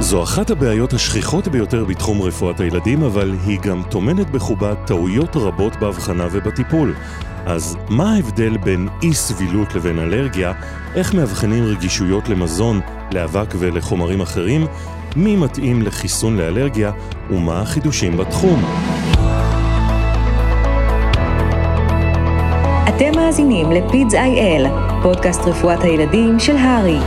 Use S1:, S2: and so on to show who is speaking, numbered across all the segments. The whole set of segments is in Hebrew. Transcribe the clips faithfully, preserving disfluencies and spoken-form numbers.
S1: זו אחת הבעיות השכיחות ביותר בתחום רפואת הילדים, אבל היא גם טומנת בחובה טעויות רבות בהבחנה ובטיפול. אז מה ההבדל בין אי סבילות לבין אלרגיה? איך מאבחנים רגישויות למזון, לאבק ולחומרים אחרים? מי מתאים לחיסון לאלרגיה? ומה החידושים בתחום?
S2: אתם מאזינים לפידס איי אל, פודקאסט רפואת הילדים של הרי.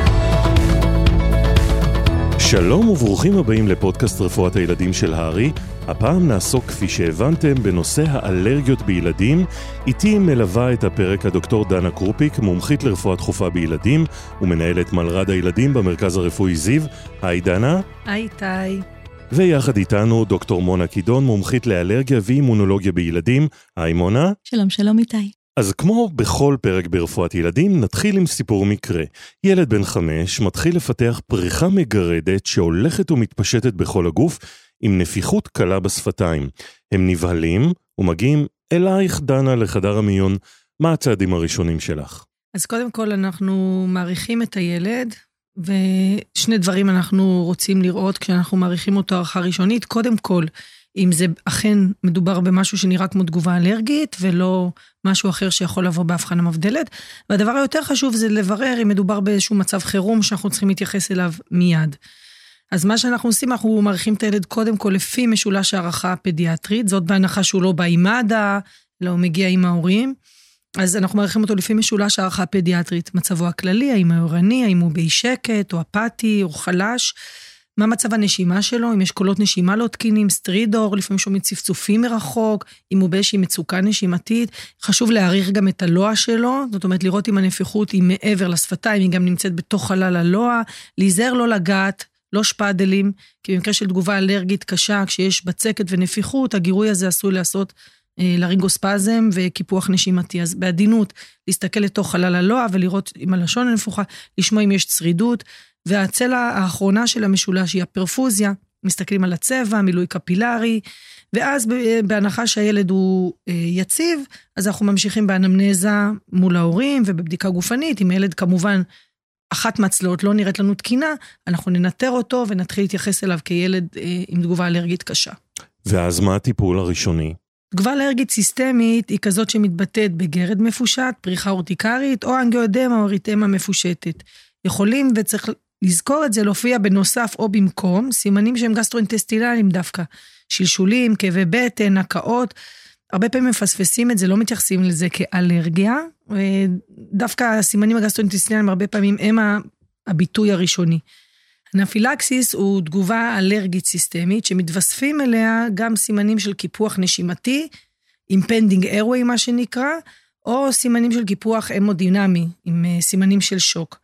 S1: שלום וברוכים הבאים לפודקאסט רפואת הילדים של הרי. הפעם נעסוק, כפי שהבנתם, בנושא האלרגיות בילדים. איתי מלווה את הפרק הדוקטור דנה קרופיק, מומחית לרפואה דחופה בילדים, ומנהלת מלר"ד הילדים במרכז הרפואי זיו. היי דנה.
S3: היי איתי.
S1: ויחד איתנו דוקטור מונה קידון, מומחית לאלרגיה ואימונולוגיה בילדים. היי מונה.
S3: שלום שלום איתי.
S1: אז כמו בכל פרק ברפואת ילדים, נתחיל עם סיפור מקרה. ילד בן חמש מתחיל לפתח פריחה מגרדת שהולכת ומתפשטת בכל הגוף, עם נפיחות קלה בשפתיים. הם נבהלים ומגיעים אלייך דנה לחדר המיון. מה הצעדים הראשונים שלך?
S3: אז קודם כל אנחנו מעריכים את הילד, ושני דברים אנחנו רוצים לראות כשאנחנו מעריכים אותו הערכה ראשונית. קודם כל, אם זה אכן מדובר במשהו שנראה כמו תגובה אלרגית, ולא משהו אחר שיכול לבוא בהבחנה מבדלת. והדבר היותר חשוב זה לברר אם מדובר באיזשהו מצב חירום שאנחנו צריכים להתייחס אליו מיד. אז מה שאנחנו עושים, אנחנו מעריכים את הילד קודם כל לפי משולש הערכה הפדיאטרית, זאת בהנחה שהוא לא בא עם מד"א, לא מגיע עם ההורים. אז אנחנו מעריכים אותו לפי משולש הערכה הפדיאטרית, מצבו הכללי, האם הוא ערני, האם הוא באי שקט, או אפאתי, או חלש. מה מצב הנשימה שלו, אם יש קולות נשימה לא תקינים, סטרידור, לפעמים שומעים צפצופים מרחוק, אם הוא באיזושהי מצוקה נשימתית, חשוב להעריך גם את הלוע שלו, זאת אומרת לראות אם הנפיחות היא מעבר לשפתיים, היא גם נמצאת בתוך חלל הלוע, להיזהר לא לגעת, לא שפדלים, כי במקרה של תגובה אלרגית קשה, כשיש בצקת ונפיחות, הגירוי הזה עשוי לעשות אה, לרינגוספזם וקיפוח נשימתי, אז בעדינות להסתכל לתוך חלל הלוע, ולראות אם הלשון הנפוחה, לשמוע אם יש צרידות, והצלע האחרונה של המשולש היא הפרפוזיה, מסתכלים על הצבע, מילוי קפילרי, ואז בהנחה שהילד הוא יציב, אז אנחנו ממשיכים באנמנזה מול ההורים, ובבדיקה גופנית, אם הילד כמובן אחת מהצלעות לא נראית לנו תקינה, אנחנו ננטר אותו ונתחיל להתייחס אליו כילד עם תגובה אלרגית קשה.
S1: ואז מה הטיפול הראשוני?
S3: תגובה אלרגית סיסטמית היא כזאת שמתבטאת בגרד מפושט, פריחה אורטיקרית, או אנגיואדמה או אריתמה מפושטת. יכולים וצריך לזכור את זה, להופיע בנוסף או במקום, סימנים שהם גסטרואינטסטינליים דווקא, שלשולים, כאבי בטן, נקעות, הרבה פעמים מפספסים את זה, לא מתייחסים לזה כאלרגיה, דווקא הסימנים הגסטרואינטסטינליים הרבה פעמים הם הביטוי הראשוני. אנפילקסיס הוא תגובה אלרגית סיסטמית, שמתווספים אליה גם סימנים של קיפוח נשימתי, impending airway מה שנקרא, או סימנים של קיפוח המודינמי, עם סימנים של שוק.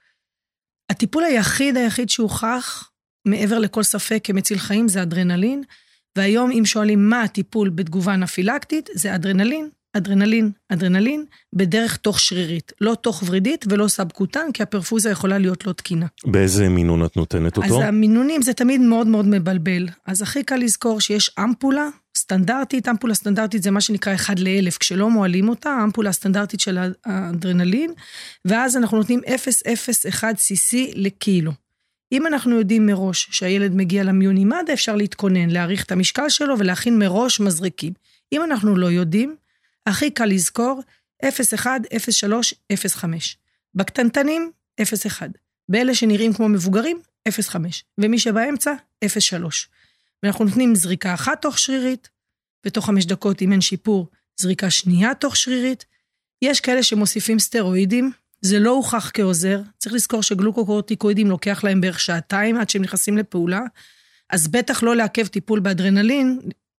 S3: הטיפול היחיד היחיד שהוכח, מעבר לכל ספק כמציל חיים, זה אדרנלין, והיום אם שואלים מה הטיפול בתגובה אנפילקטית, זה אדרנלין, אדרנלין, אדרנלין, בדרך תוך שרירית, לא תוך ורידית ולא סבקוטן, כי הפרפוזיה יכולה להיות לא תקינה.
S1: באיזה מינון את נותנת אותו?
S3: אז המינונים זה תמיד מאוד מאוד מבלבל, אז הכי קל לזכור שיש אמפולה סטנדרטית, אמפולה סטנדרטית זה מה שנקרא אחד לאלף, כשלא מועלים אותה, האמפולה הסטנדרטית של האדרנלין, ואז אנחנו נותנים אפס נקודה אפס אחת סי סי לקילו. אם אנחנו יודעים מראש שהילד מגיע למיון עם מד"א, אפשר להתכונן, להעריך את המשקל שלו ולהכין מראש מזריקים. אם אנחנו לא יודעים, הכי קל לזכור אפס נקודה אחת, אפס נקודה שלוש, אפס נקודה חמש. בקטנטנים, אפס נקודה אחת. באלה שנראים כמו מבוגרים, אפס נקודה חמש. ומי שבאמצע, אפס נקודה שלוש. ואנחנו נותנים זריקה אחת תוך שרירית, ותוך חמש דקות אם אין שיפור, זריקה שנייה תוך שרירית. יש כאלה שמוסיפים סטרואידים, זה לא הוכח כעוזר, צריך לזכור שגלוקוקורטיקואידים לוקח להם בערך שעתיים עד שהם נכנסים לפעולה, אז בטח לא לעכב טיפול באדרנלין,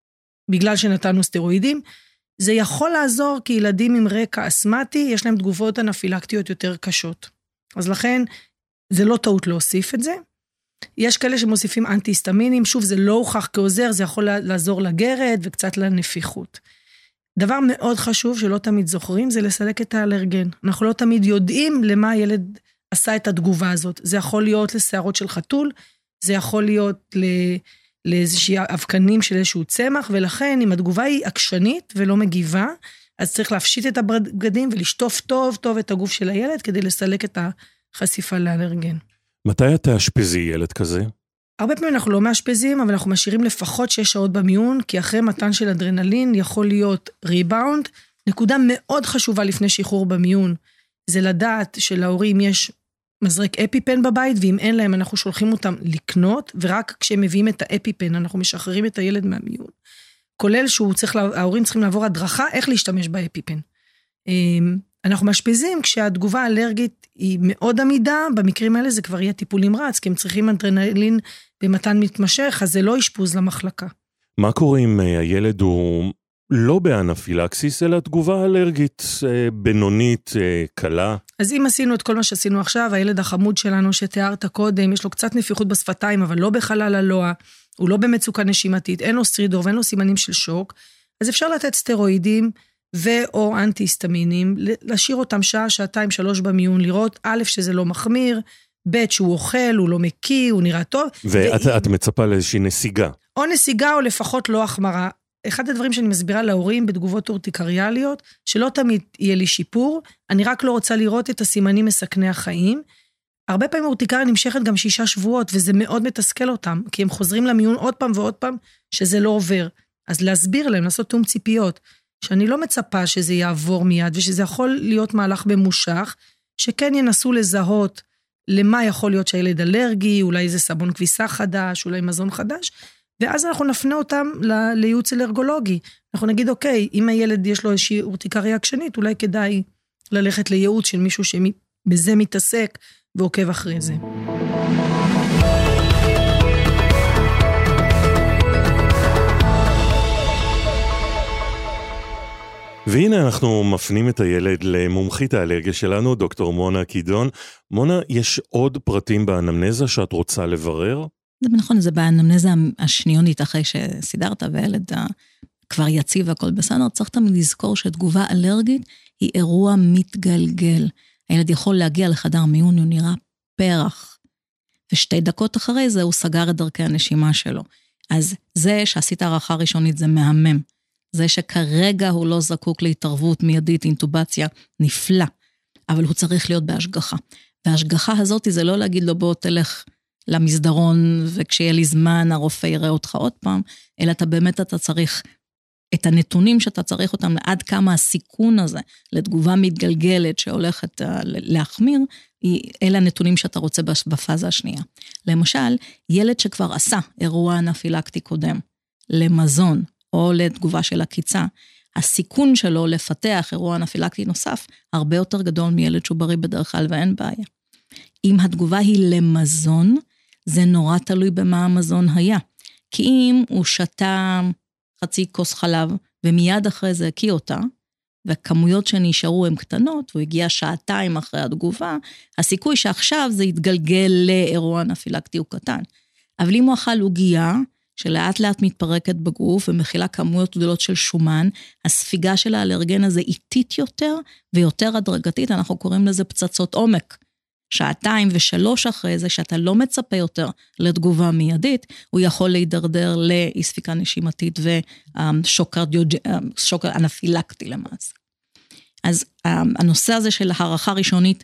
S3: בגלל שנתנו סטרואידים, זה יכול לעזור כי ילדים עם רקע אסמטי, יש להם תגובות אנפילקטיות יותר קשות. אז לכן, זה לא טעות להוסיף את זה, יש כאלה שמוסיפים אנטי-היסטמינים, שוב זה לא הוכח כעוזר, זה יכול לעזור לגרד וקצת לנפיחות. דבר מאוד חשוב שלא תמיד זוכרים, זה לסלק את האלרגן. אנחנו לא תמיד יודעים למה הילד עשה את התגובה הזאת. זה יכול להיות לשערות של חתול, זה יכול להיות לאיזושהי אבקנים של איזשהו צמח, ולכן אם התגובה היא עקשנית ולא מגיבה, אז צריך להפשיט את הבגדים ולשטוף טוב טוב את הגוף של הילד, כדי לסלק את החשיפה לאלרגן.
S1: מתי את תאשפזי ילד כזה?
S3: הרבה פעמים אנחנו לא מאשפזים, אבל אנחנו משאירים לפחות שש שעות במיון, כי אחרי מתן של אדרנלין יכול להיות ריבאונד. נקודה מאוד חשובה לפני שחרור במיון, זה לדעת שלהורים יש מזרק אפיפן בבית, ואם אין להם אנחנו שולחים אותם לקנות, ורק כשהם מביאים את האפיפן, אנחנו משחררים את הילד מהמיון. כולל שההורים צריכים לעבור הדרכה, איך להשתמש באפיפן. אנחנו מאשפזים כשהתגובה האלרגית היא מאוד עמידה, במקרים האלה זה כבר יהיה טיפול נמרץ, כי הם צריכים אדרנלין במתן מתמשך, אז זה לא אשפוז למחלקה.
S1: מה קורה אם הילד הוא לא באנפילקסיס, אלא תגובה אלרגית בינונית, קלה?
S3: אז אם עשינו את כל מה שעשינו עכשיו, הילד החמוד שלנו שתיארת קודם, יש לו קצת נפיחות בשפתיים, אבל לא בחלל הלוע, הוא לא במצוקה נשימתית, אין לו סטרידור ואין לו סימנים של שוק, אז אפשר לתת סטרואידים, ואו אנטי-היסטמינים, להשאיר אותם שעה, שעתיים, שלוש במיון, לראות א' שזה לא מחמיר, ב' שהוא אוכל, הוא לא מקיא, הוא נראה טוב.
S1: ואת ואת מצפה לאיזושהי נסיגה.
S3: או נסיגה או לפחות לא החמרה. אחד הדברים שאני מסבירה להורים בתגובות אורטיקריאליות, שלא תמיד יהיה לי שיפור, אני רק לא רוצה לראות את הסימנים מסכני החיים. הרבה פעמים אורטיקריה נמשכת גם שישה שבועות, וזה מאוד מתסכל אותם, כי הם חוזרים למיון עוד פעם ועוד פעם, שזה לא עובר. אז להסביר להם, לעשות תאום ציפיות, שאני לא מצפה שזה יעבור מיד, ושזה יכול להיות מהלך ממושך, שכן ינסו לזהות למה יכול להיות שהילד אלרגי, אולי זה סבון כביסה חדש, אולי מזון חדש, ואז אנחנו נפנה אותם לייעוץ אלרגולוגי. אנחנו נגיד, אוקיי, אם הילד יש לו איזושהי אורטיקריה עקשנית, אולי כדאי ללכת לייעוץ של מישהו שבזה מתעסק, ועוקב אחרי זה.
S1: והנה אנחנו מפנים את הילד למומחית האלרגיה שלנו, דוקטור מונה קידון. מונה, יש עוד פרטים באנמנזה שאת רוצה לברר?
S4: זה נכון, זה באנמנזה השניונית אחרי שסידרת, והילד כבר יציב והכל בסדר, צריך תמיד לזכור שתגובה אלרגית היא אירוע מתגלגל. הילד יכול להגיע לחדר מיון, הוא נראה פרח, ושתי דקות אחרי זה הוא סגר את דרכי הנשימה שלו. אז זה שעשית הערכה ראשונית זה מהמם. זה שכרגע הוא לא זקוק להתערבות מיידית, אינטובציה, נפלא, אבל הוא צריך להיות בהשגחה. וההשגחה הזאת זה לא להגיד לו בוא תלך למסדרון, וכשיהיה לי זמן הרופא יראה אותך עוד פעם, אלא אתה באמת אתה צריך את הנתונים שאתה צריך אותם, עד כמה הסיכון הזה לתגובה מתגלגלת שהולכת להחמיר, אלה הנתונים שאתה רוצה בפאזה השנייה. למשל, ילד שכבר עשה אירוע אנפילקטי קודם, למזון, או לתגובה של הקיצה, הסיכון שלו לפתח אירוע אנפילקטי נוסף, הרבה יותר גדול מילד שהוא בריא בדרך כלל ואין בעיה. אם התגובה היא למזון, זה נורא תלוי במה המזון היה. כי אם הוא שתה חצי כוס חלב, ומיד אחרי זה הקיא אותה, וכמויות שנשארו הן קטנות, והוא הגיע שעתיים אחרי התגובה, הסיכוי שעכשיו זה יתגלגל לאירוע אנפילקטי הוא קטן. אבל אם הוא אכל עוגיה, שלאט לאט מתפרקת בגוף, ומכילה כמויות גדולות של שומן, הספיגה של האלרגן הזה איטית יותר, ויותר הדרגתית, אנחנו קוראים לזה פצצות עומק. שעתיים ושלוש אחרי זה, שאתה לא מצפה יותר לתגובה מיידית, הוא יכול להידרדר לאי ספיקה נשימתית, ושוק אנפילקטי למעשה. אז הנושא הזה של הערכה ראשונית,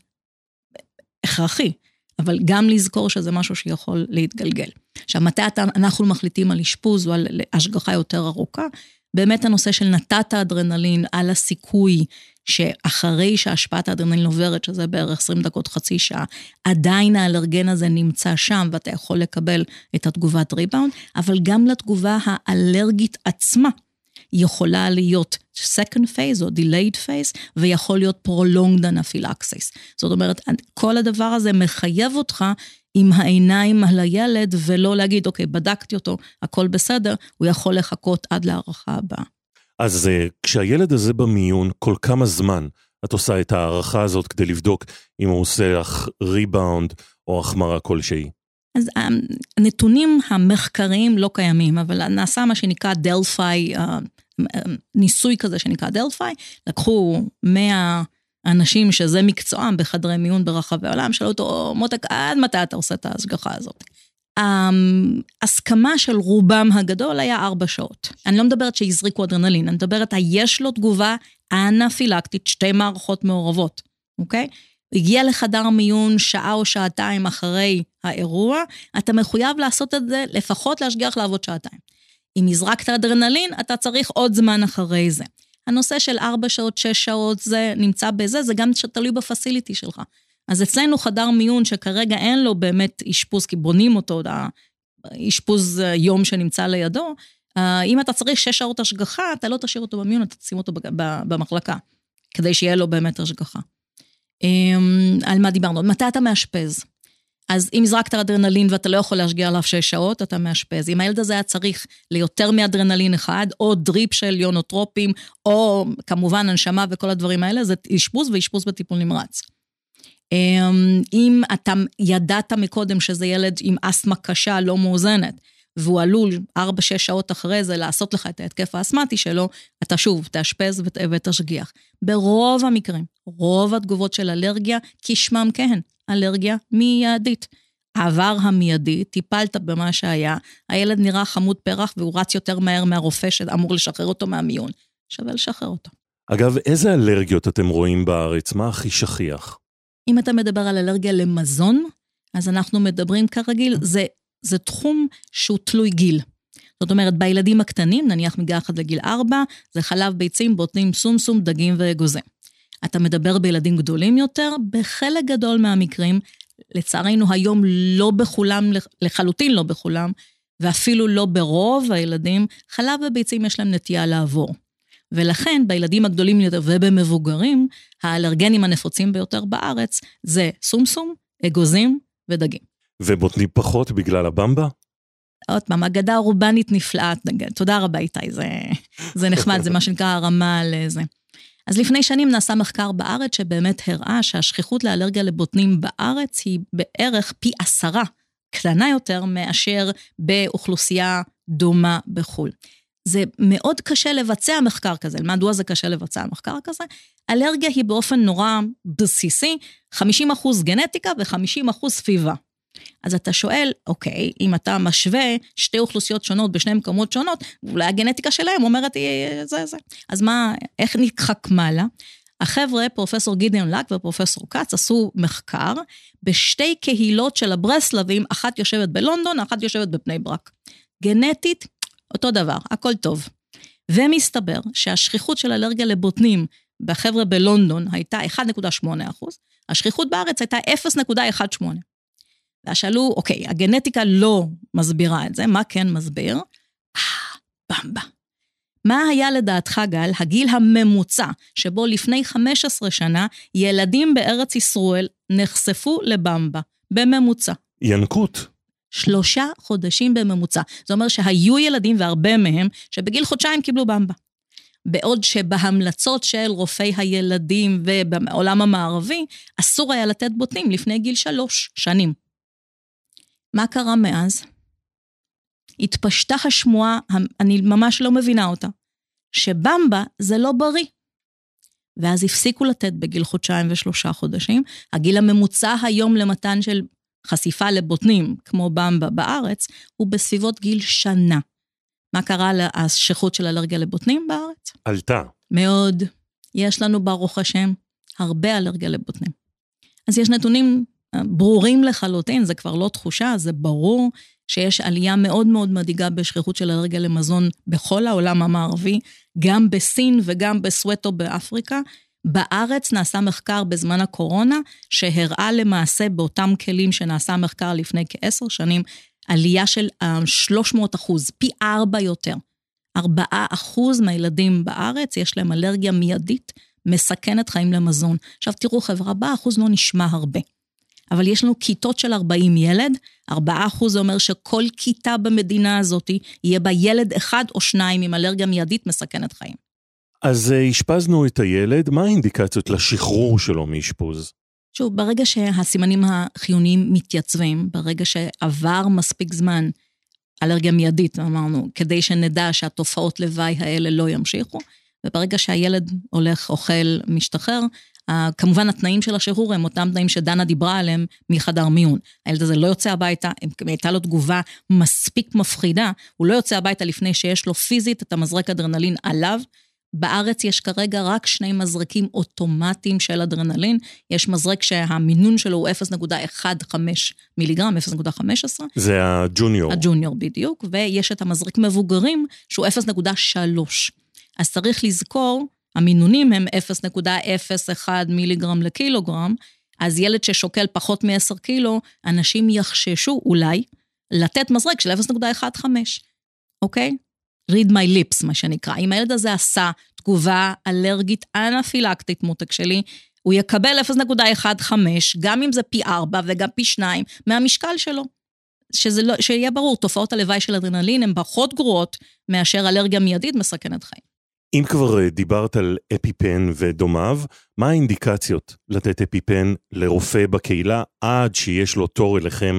S4: הכרחי, אבל גם לזכור שזה משהו שיכול להתגלגל. עכשיו, מתי אנחנו מחליטים על אשפוז או על השגחה יותר ארוכה, באמת הנושא של נתת האדרנלין על הסיכוי שאחרי שהשפעת האדרנלין עוברת, שזה בערך עשרים דקות, חצי שעה, עדיין האלרגן הזה נמצא שם, ואתה יכול לקבל את התגובת ריבאונד, אבל גם לתגובה האלרגית עצמה, יכולה להיות second phase או delayed phase, ויכול להיות prolonged anaphylaxis. זאת אומרת, כל הדבר הזה מחייב אותך עם העיניים על הילד, ולא להגיד, אוקיי, בדקתי אותו, הכל בסדר, הוא יכול לחכות עד להערכה הבאה.
S1: אז כשהילד הזה במיון, כל כמה זמן את עושה את הערכה הזאת כדי לבדוק אם הוא עושה לך ריבאונד או החמרה כלשהי?
S4: אז הנתונים המחקריים לא קיימים, אבל נעשה מה שנקרא דלפאי, ניסוי כזה שנקרא דלפאי, לקחו מאה אנשים שזה מקצועם בחדרי מיון ברחבי העולם, שאלו אותו, מותק, עד מתי אתה עושה את ההשגחה הזאת? ההסכמה של רובם הגדול היה ארבע שעות. אני לא מדברת שיזריקו אדרנלין, אני מדברת, יש לו תגובה אנפילקטית, שתי מערכות מעורבות, אוקיי? הגיע לחדר מיון שעה או שעתיים אחרי האירוע, אתה מחויב לעשות את זה, לפחות להשגיח לעבוד שעתיים. אם יזרקת אדרנלין, אתה צריך עוד זמן אחרי זה. הנושא של ארבע שעות, שש שעות, זה נמצא בזה, זה גם תלוי בפסיליטי שלך. אז אצלנו חדר מיון שכרגע אין לו באמת אשפוז, כי בונים אותו, אשפוז יום שנמצא לידו, אם אתה צריך שש שעות השגחה, אתה לא תשאיר אותו במיון, אתה תשים אותו במחלקה, כדי שיהיה לו באמת השגחה. על מה דיברנו? מתי אתה מאשפז? אז אם זרקת אדרנלין ואתה לא יכול להשגיע עליו שש שעות, אתה מאשפז. אם הילד הזה היה צריך ליותר מאדרנלין אחד, או דריפ של יונוטרופים, או כמובן הנשמה וכל הדברים האלה, זה אשפוז ואשפוז בטיפול נמרץ. אם אתה ידעת מקודם שזה ילד עם אסמה קשה, לא מאוזנת, והוא עלול ארבע שש שעות אחרי זה לעשות לך את ההתקף האסמטי שלו, אתה שוב תאשפז ותשגיח. ברוב המקרים, רוב התגובות של אלרגיה, כשמם כן, אלרגיה מיידית. העבר המיידי, טיפלת במה שהיה, הילד נראה חמוד פרח, והוא רץ יותר מהר מהרופא שאמור לשחרר אותו מהמיון. שווה לשחרר אותו.
S1: אגב, איזה אלרגיות אתם רואים בארץ? מה הכי שכיח?
S4: אם אתה מדבר על אלרגיה למזון, אז אנחנו מדברים כרגיל, זה, זה תחום שהוא תלוי גיל. זאת אומרת, בילדים הקטנים, נניח מגיל אחד לגיל ארבע, זה חלב, ביצים, בוטנים, סומסום, דגים ואגוזים. אתה מדבר בילדים גדולים יותר, בחלק גדול מהמקרים, לצערנו היום לא בכולם, לחלוטין לא בכולם, ואפילו לא ברוב הילדים, חלב וביצים יש להם נטייה לעבור. ולכן בילדים הגדולים יותר ובמבוגרים, האלרגנים הנפוצים ביותר בארץ, זה סומסום, אגוזים ודגים.
S1: ובוטנים פחות בגלל הבמבה?
S4: עוד פעם, אגדה אורבנית נפלאה, תודה רבה איתי, זה, זה נחמד, זה מה שנקרא הרמה על זה. אז לפני שנים נעשה מחקר בארץ שבאמת הראה שהשכיחות לאלרגיה לבוטנים בארץ היא בערך פי עשרה קטנה יותר מאשר באוכלוסייה דומה בחול. זה מאוד קשה לבצע מחקר כזה. מדוע זה קשה לבצע מחקר כזה? אלרגיה היא באופן נורא בסיסי, חמישים אחוז גנטיקה ו-חמישים אחוז סביבה. אז אתה שואל, אוקיי, אם אתה משווה שתי אוכלוסיות שונות בשני מקומות שונות, אולי הגנטיקה שלהם אומרת, זה, זה. אז מה, איך נתחכמה מעלה? החבר'ה, פרופסור גידיון לק ופרופסור קץ, עשו מחקר בשתי קהילות של הברסלבים, אחת יושבת בלונדון, אחת יושבת בפני ברק. גנטית, אותו דבר, הכל טוב. ומסתבר שהשכיחות של אלרגיה לבוטנים בחבר'ה בלונדון הייתה אחת נקודה שמונה אחוז, השכיחות בארץ הייתה אפס נקודה אחת שמונה. ושאלו, אוקיי, הגנטיקה לא מסבירה את זה, מה כן מסביר? אה, במבה. מה היה לדעתך, גל, הגיל הממוצע, שבו לפני חמש עשרה שנה, ילדים בארץ ישראל נחשפו לבמבה, בממוצע?
S1: ינקות.
S4: שלושה חודשים בממוצע. זה אומר שהיו ילדים, והרבה מהם, שבגיל חודשיים קיבלו במבה. בעוד שבהמלצות של רופאי הילדים ובעולם המערבי, אסור היה לתת בוטנים לפני גיל שלוש שנים. מה קרה מאז? התפשטה השמועה, אני ממש לא מבינה אותה, שבמבה זה לא בריא. ואז הפסיקו לתת בגיל חודשיים ושלושה חודשים, הגיל הממוצע היום למתן של חשיפה לבוטנים, כמו במבה בארץ, הוא בסביבות גיל שנה. מה קרה לשכיחות של אלרגיה לבוטנים בארץ?
S1: עלתה.
S4: מאוד. יש לנו ברוך השם הרבה אלרגיה לבוטנים. אז יש נתונים ברורים לחלוטין, זה כבר לא תחושה, זה ברור שיש עלייה מאוד מאוד מדאיגה בשכיחות של אלרגיה למזון בכל העולם המערבי, גם בסין וגם בסווטו באפריקה. בארץ נעשה מחקר בזמן הקורונה, שהראה למעשה באותם כלים שנעשה מחקר לפני כעשר שנים, עלייה של שלוש מאות אחוז, פי ארבע יותר. ארבעה אחוז מהילדים בארץ יש להם אלרגיה מיידית, מסכנת חיים למזון. עכשיו תראו חבר'ה, ארבעה אחוז לא נשמע הרבה. אבל יש לנו כיתות של ארבעים ילד, ארבעה אחוז זה אומר שכל כיתה במדינה הזאת יהיה בה ילד אחד או שניים עם אלרגיה מיידית מסכנת חיים.
S1: אז השפזנו את הילד, מה האינדיקציות לשחרור שלו מאשפוז?
S4: שוב, ברגע שהסימנים החיוניים מתייצבים, ברגע שעבר מספיק זמן, אלרגיה מיידית, אמרנו, כדי שנדע שהתופעות לוואי האלה לא ימשיכו, וברגע שהילד הולך, אוכל, משתחרר, כמובן התנאים של השחרור הם אותם תנאים שדנה דיברה עליהם מחדר מיון. הילד הזה לא יוצא הביתה, אם הייתה לו תגובה מספיק מפחידה, הוא לא יוצא הביתה לפני שיש לו פיזית את המזרק אדרנלין עליו, בארץ יש כרגע רק שני מזרקים אוטומטיים של אדרנלין, יש מזרק שהמינון שלו הוא אפס נקודה אחת חמש מיליגרם, אפס נקודה חמש עשרה.
S1: זה הג'וניור.
S4: הג'וניור בדיוק, ויש את המזרק מבוגרים שהוא אפס נקודה שלוש. אז צריך לזכור, המינונים הם אפס נקודה אפס אחת מיליגרם לקילוגרם, אז ילד ששוקל פחות מ-עשרה קילו, אנשים יחששו אולי לתת מזרק של אפס נקודה אחת חמש. אוקיי? read my lips, מה שנקרא. אם הילד הזה עשה תגובה אלרגית אנפילקטית, מותק שלי, הוא יקבל אפס נקודה אחת חמש, גם אם זה פי ארבע וגם פי שניים, מהמשקל שלו. שזה לא, שיהיה ברור, תופעות הלוואי של אדרנלין הן פחות גרועות, מאשר אלרגיה מיידית מסכנת חיים.
S1: אם כבר דיברת על אפיפן ודומיו, מה האינדיקציות לתת אפיפן לרופא בקהילה, עד שיש לו תור אליכם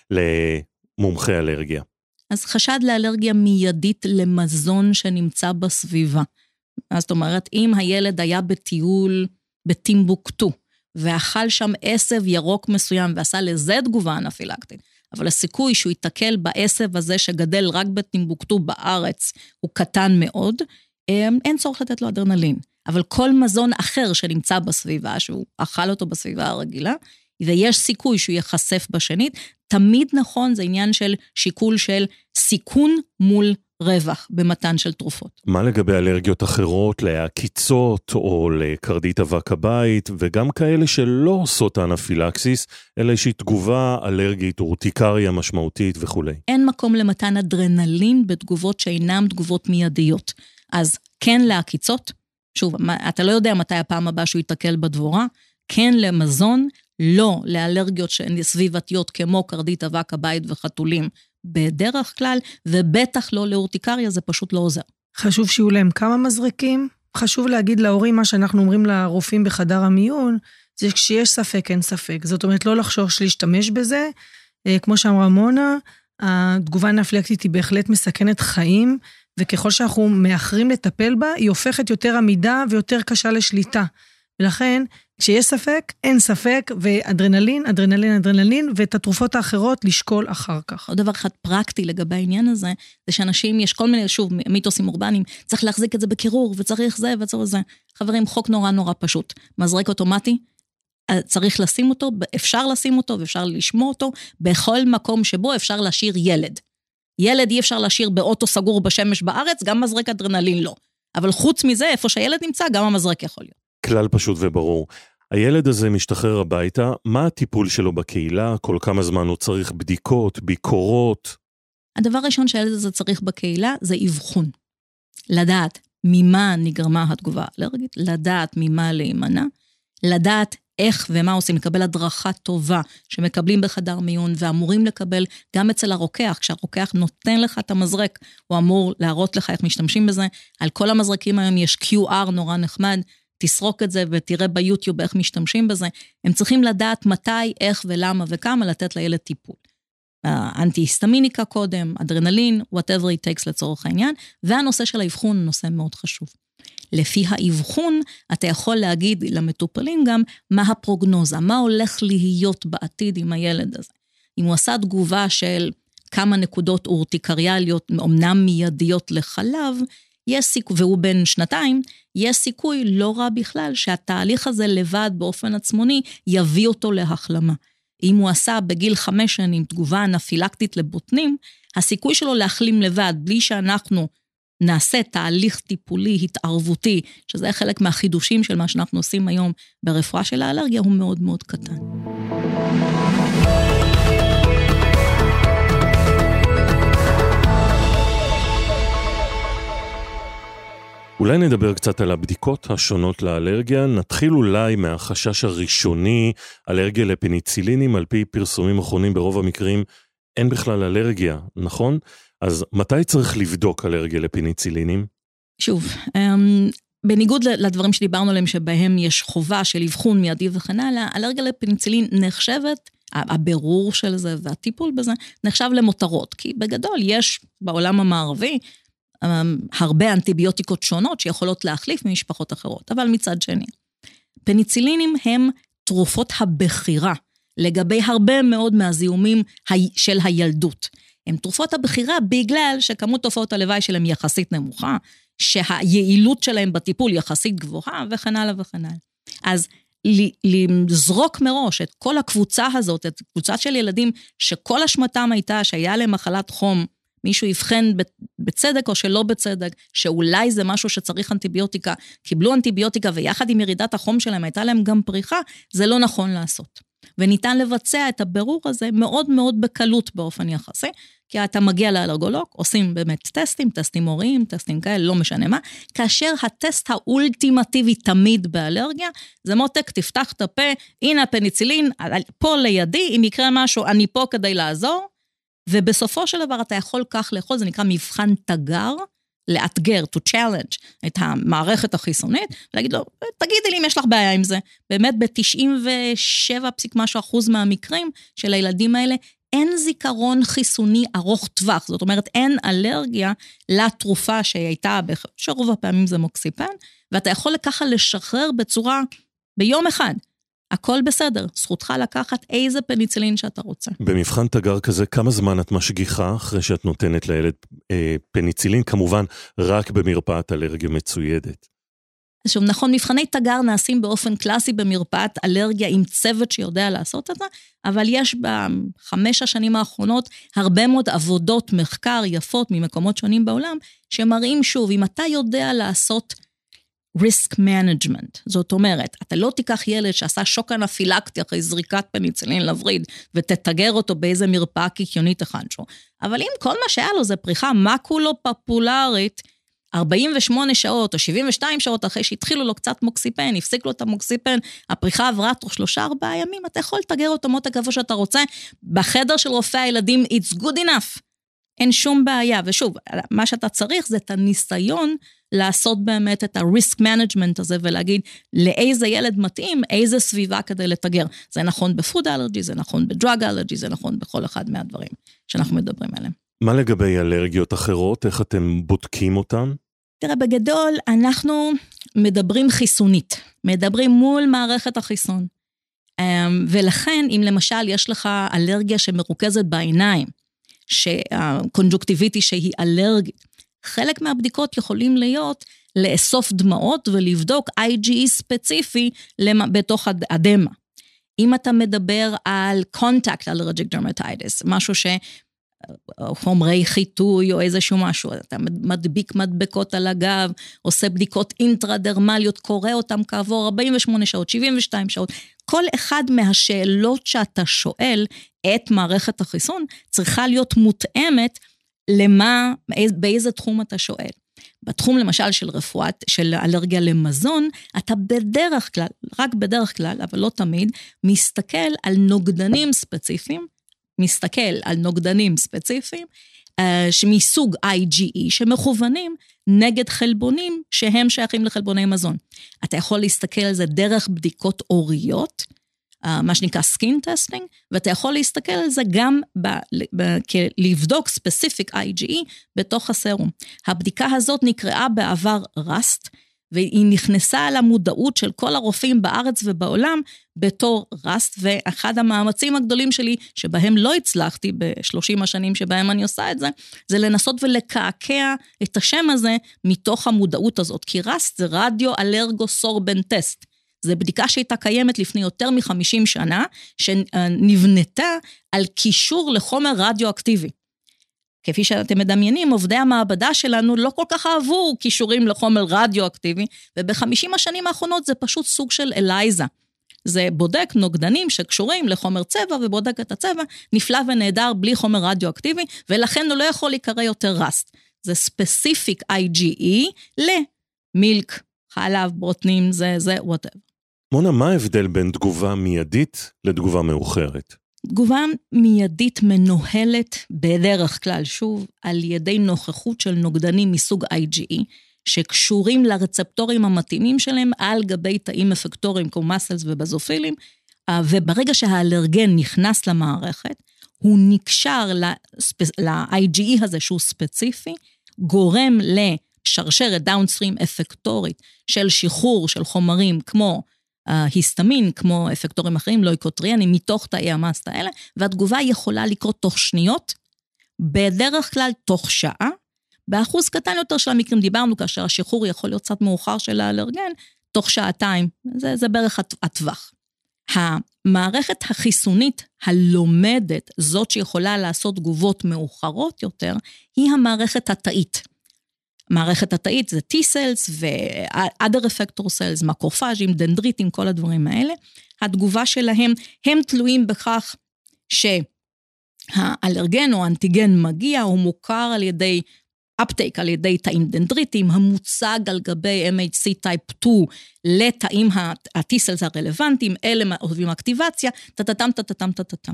S1: למומחי אלרגיה?
S4: אז חשד לאלרגיה מיידית למזון שנמצא בסביבה. אז זאת אומרת, אם הילד היה בטיול בטימבוקטו, ואכל שם עשב ירוק מסוים, ועשה לזה תגובה אנפילקטית, אבל הסיכוי שהוא יתקל בעשב הזה שגדל רק בטימבוקטו בארץ, הוא קטן מאוד, אין צורך לתת לו אדרנלין. אבל כל מזון אחר שנמצא בסביבה, שהוא אכל אותו בסביבה הרגילה, ויש סיכוי שהוא יחשף בשנית, תמיד נכון, זה עניין של שיקול של סיכון מול רווח במתן של תרופות.
S1: מה לגבי אלרגיות אחרות, לעקיצות או לקרדית אבק הבית, וגם כאלה שלא עושות אנפילקסיס, אלא שהיא תגובה אלרגית, אורטיקריה משמעותית וכו'.
S4: אין מקום למתן אדרנלין בתגובות שאינם תגובות מיידיות. אז כן לעקיצות, שוב, אתה לא יודע מתי הפעם הבאה שהוא יתקל בדבורה, כן למזון, לא לאלרגיות סביבתיות כמו קרדית אבק הבית וחתולים בדרך כלל, ובטח לא לאורטיקריה, זה פשוט לא עוזר.
S3: חשוב שיהיו להם כמה מזרקים, חשוב להגיד להורים מה שאנחנו אומרים לרופאים בחדר המיון, זה כשיש ספק אין ספק, זאת אומרת לא לחשוש להשתמש בזה, כמו שאמרה מונה, התגובה האנפילקטית היא בהחלט מסכנת חיים, וככל שאנחנו מאחרים לטפל בה, היא הופכת יותר עמידה ויותר קשה לשליטה. ולכן, כשיש ספק, אין ספק, ואדרנלין, אדרנלין, אדרנלין, ואת התרופות האחרות לשקול אחר כך.
S4: עוד דבר אחד פרקטי לגבי העניין הזה, זה שאנשים, יש כל מיני, שוב, מיתוסים אורבניים, צריך להחזיק את זה בקירור, וצריך זה וצריך זה. חברים, חוק נורא נורא פשוט. מזרק אוטומטי, צריך לשים אותו, אפשר לשים אותו, ואפשר לשמוע אותו, בכל מקום שבו אפשר להשאיר ילד. ילד אי אפשר להשאיר באוטו סגור בשמש בארץ, גם מזרק אדרנלין לא. אבל חוץ מזה, איפה שהילד נמצא, גם המזרק יכול להיות.
S1: כלל פשוט וברור. הילד הזה משתחרר הביתה, מה הטיפול שלו בקהילה? כל כמה זמן הוא צריך בדיקות, ביקורות?
S4: הדבר הראשון שהילד הזה צריך בקהילה, זה אבחון. לדעת ממה נגרמה התגובה האלרגית, לדעת ממה להימנע, לדעת איך ומה עושים, לקבל הדרכה טובה שמקבלים בחדר מיון, ואמורים לקבל גם אצל הרוקח, כשהרוקח נותן לך את המזרק, הוא אמור להראות לך איך משתמשים בזה, על כל המזרקים היום יש קיו אר נורא נחמד, תסרוק את זה ותראה ביוטיוב איך משתמשים בזה, הם צריכים לדעת מתי, איך ולמה וכמה לתת לילד טיפול. האנטי-היסטמיניקה קודם, אדרנלין, whatever it takes לצורך העניין, והנושא של האבחון נושא מאוד חשוב. לפי האבחון, אתה יכול להגיד למטופלים גם מה הפרוגנוזה, מה הולך להיות בעתיד עם הילד הזה. אם הוא עשה תגובה של כמה נקודות אורטיקריאליות, אמנם מיידיות לחלב, יש סיכוי, והוא בן שנתיים, יש סיכוי לא רע בכלל שהתהליך הזה לבד באופן עצמוני יביא אותו להחלמה. אם הוא עשה בגיל חמש שנים תגובה אנפילקטית לבוטנים, הסיכוי שלו להחלים לבד בלי שאנחנו נעשה תהליך טיפולי התערבותי, שזה חלק מהחידושים של מה שאנחנו עושים היום ברפואה של האלרגיה, הוא מאוד מאוד קטן.
S1: אולי נדבר קצת על הבדיקות השונות לאלרגיה, נתחיל אולי מהחשש הראשוני, אלרגיה לפניצילינים, על פי פרסומים אחרונים ברוב המקרים, אין בכלל אלרגיה, נכון? אז מתי צריך לבדוק אלרגיה לפניצילינים?
S4: שוב, בניגוד לדברים שדיברנו עליהם, שבהם יש חובה של אבחון מיידי וכן הלאה, אלרגיה לפניצילין נחשבת, הבירור של זה והטיפול בזה, נחשב למותרות, כי בגדול יש בעולם המערבי, הרבה אנטיביוטיקות שונות שיכולות להחליף ממשפחות אחרות, אבל מצד שני, פניצילינים הם תרופות הבחירה, לגבי הרבה מאוד מהזיהומים של הילדות. הם תרופות הבחירה בגלל שכמות תופעות הלוואי שלהם יחסית נמוכה, שהיעילות שלהם בטיפול יחסית גבוהה, וכן הלאה וכן הלאה. אז לזרוק מראש את כל הקבוצה הזאת, את קבוצה של ילדים שכל אשמתם הייתה שהיה להם מחלת חום, מישהו יבחן בצדק או שלא בצדק, שאולי זה משהו שצריך אנטיביוטיקה, קיבלו אנטיביוטיקה ויחד עם ירידת החום שלהם הייתה להם גם פריחה, זה לא נכון לעשות. וניתן לבצע את הבירור הזה מאוד מאוד בקלות באופן יחסי, כי אתה מגיע לאלרגולוג, עושים באמת טסטים, טסטים הוריים, טסטים כאלה, לא משנה מה, כאשר הטסט האולטימטיבי תמיד באלרגיה, זה מותק, תפתח את הפה, הנה הפניצילין, פה לידי, אם יקרה משהו, אני פה כדי לעזור, ובסופו של דבר אתה יכול כך לאכול, זה נקרא מבחן תגר, לאתגר, to challenge את המערכת החיסונית, ולהגיד לו, תגידי לי אם יש לך בעיה עם זה. באמת ב-תשעים ושבע משהו אחוז מהמקרים של הילדים האלה, אין זיכרון חיסוני ארוך טווח, זאת אומרת, אין אלרגיה לתרופה שהייתה, שרוב הפעמים זה מוקסיפן, ואתה יכול ככה לשחרר בצורה, ביום אחד, הכל בסדר, זכותך לקחת איזה פניצילין שאתה רוצה.
S1: במבחן תגר כזה, כמה זמן את משגיחה אחרי שאת נותנת לילד אה, פניצילין, כמובן רק במרפאת אלרגיה מצוידת?
S4: שוב, נכון, מבחני תגר נעשים באופן קלאסי במרפאת אלרגיה עם צוות שיודע לעשות את זה, אבל יש בחמש השנים האחרונות הרבה מאוד עבודות מחקר יפות ממקומות שונים בעולם, שמראים שוב, אם אתה יודע לעשות risk management, זאת אומרת, אתה לא תיקח ילד שעשה שוק אנפילקטי אחרי זריקת פניצילין לווריד, ותתגר אותו באיזה מרפאה קיקיונית אחת-שו, אבל אם כל מה שהיה לו זה פריחה מקולו פופולרית, ארבעים ושמונה שעות או שבעים ושתיים שעות אחרי שהתחילו לו קצת מוקסיפן, הפסיק לו את המוקסיפן, הפריחה עברה תוך שלושה ארבעה ימים, אתה יכול לתגר אותו מותק איפה שאתה רוצה, בחדר של רופא הילדים, it's good enough, אין שום בעיה, ושוב, מה שאתה צריך זה את הניסיון לעשות באמת את ה-risk management הזה, ולהגיד לאיזה ילד מתאים, איזה סביבה כדי לתגר. זה נכון בפוד אלרגי, זה נכון בדרג אלרגי, זה נכון בכל אחד מהדברים שאנחנו מדברים עליהם.
S1: מה לגבי אלרגיות אחרות? איך אתם בודקים אותן?
S4: תראה, בגדול, אנחנו מדברים חיסונית, מדברים מול מערכת החיסון. ולכן, אם למשל יש לך אלרגיה שמרוכזת בעיניים, שהקונג'וקטיביטי שהיא אלרגית, חלק מהבדיקות יכולים להיות לאסוף דמעות ולבדוק איי ג'י אי ספציפי בתוך הדמה. אם אתה מדבר על contact allergic dermatitis, משהו שחומרי חיטוי או איזשהו משהו, אתה מדביק מדבקות על הגב, עושה בדיקות אינטרדרמליות, קורא אותם כעבור ארבעים ושמונה שעות, שבעים ושתיים שעות, כל אחד מהשאלות שאתה שואל את מערכת החיסון, צריכה להיות מותאמת למה, באיזה תחום אתה שואל. בתחום למשל של רפואת, של אלרגיה למזון, אתה בדרך כלל, רק בדרך כלל, אבל לא תמיד, מסתכל על נוגדנים ספציפיים, מסתכל על נוגדנים ספציפיים, מסוג איי ג'י אי, שמכוונים נגד חלבונים, שהם שייכים לחלבוני מזון. אתה יכול להסתכל על זה דרך בדיקות אוריות, מה שנקרא skin testing, ואתה יכול להסתכל על זה גם ב, ב, לבדוק ספציפיק איי ג'י אי בתוך הסרום. הבדיקה הזאת נקראה בעבר רסט, והיא נכנסה על המודעות של כל הרופאים בארץ ובעולם בתור רסט, ואחד המאמצים הגדולים שלי, שבהם לא הצלחתי ב-שלושים השנים שבהם אני עושה את זה, זה לנסות ולקעקע את השם הזה מתוך המודעות הזאת, כי רסט זה רדיו אלרגו סורבן טסט, זו בדיקה שהייתה קיימת לפני יותר מ-חמישים שנה, שנבנתה על קישור לחומר רדיואקטיבי. כפי שאתם מדמיינים, עובדי המעבדה שלנו לא כל כך אהבו קישורים לחומר רדיואקטיבי, ובחמישים השנים האחרונות זה פשוט סוג של אלייזה. זה בודק נוגדנים שקשורים לחומר צבע, ובודק את הצבע, נפלא ונהדר בלי חומר רדיואקטיבי, ולכן הוא לא יכול להיקרא יותר רסט. זה ספציפיק איי ג'י אי למילק, חלב, ברוטנים, זה, זה, whatever.
S1: מונה, מה ההבדל בין תגובה מיידית לתגובה מאוחרת?
S4: תגובה מיידית מנוהלת בדרך כלל, שוב, על ידי נוכחות של נוגדנים מסוג איי ג'י אי, שקשורים לרצפטורים המתאימים שלהם על גבי תאים אפקטוריים כמו מסלס ובזופילים, וברגע שהאלרגן נכנס למערכת, הוא נקשר ל-איי ג'י אי הזה שהוא ספציפי, גורם לשרשרת דאונסטרים אפקטורית של שחרור של חומרים כמו היסטמין, כמו אפקטורים אחרים, לויקוטריאנים, מתוך תאי המאסט האלה, והתגובה יכולה לקרות תוך שניות, בדרך כלל תוך שעה, באחוז קטן יותר של המקרים דיברנו, כאשר השחרור יכול להיות קצת מאוחר של האלרגן, תוך שעתיים, זה, זה בערך הטווח. המערכת החיסונית הלומדת, זאת שיכולה לעשות תגובות מאוחרות יותר, היא המערכת התאית. מערכת התאית זה T-cells ו-other effector cells, מקרופאז'ים, דנדריטים, כל הדברים האלה. התגובה שלהם, הם תלויים בכך שהאלרגן או האנטיגן מגיע, הוא מוכר על ידי uptake, על ידי תאים דנדריטים, המוצג על גבי אם אייץ' סי טייפ שתיים לתאים ה-T-cells הרלוונטיים, אלה עושים אקטיבציה, טטטם, טטטם, טטטם.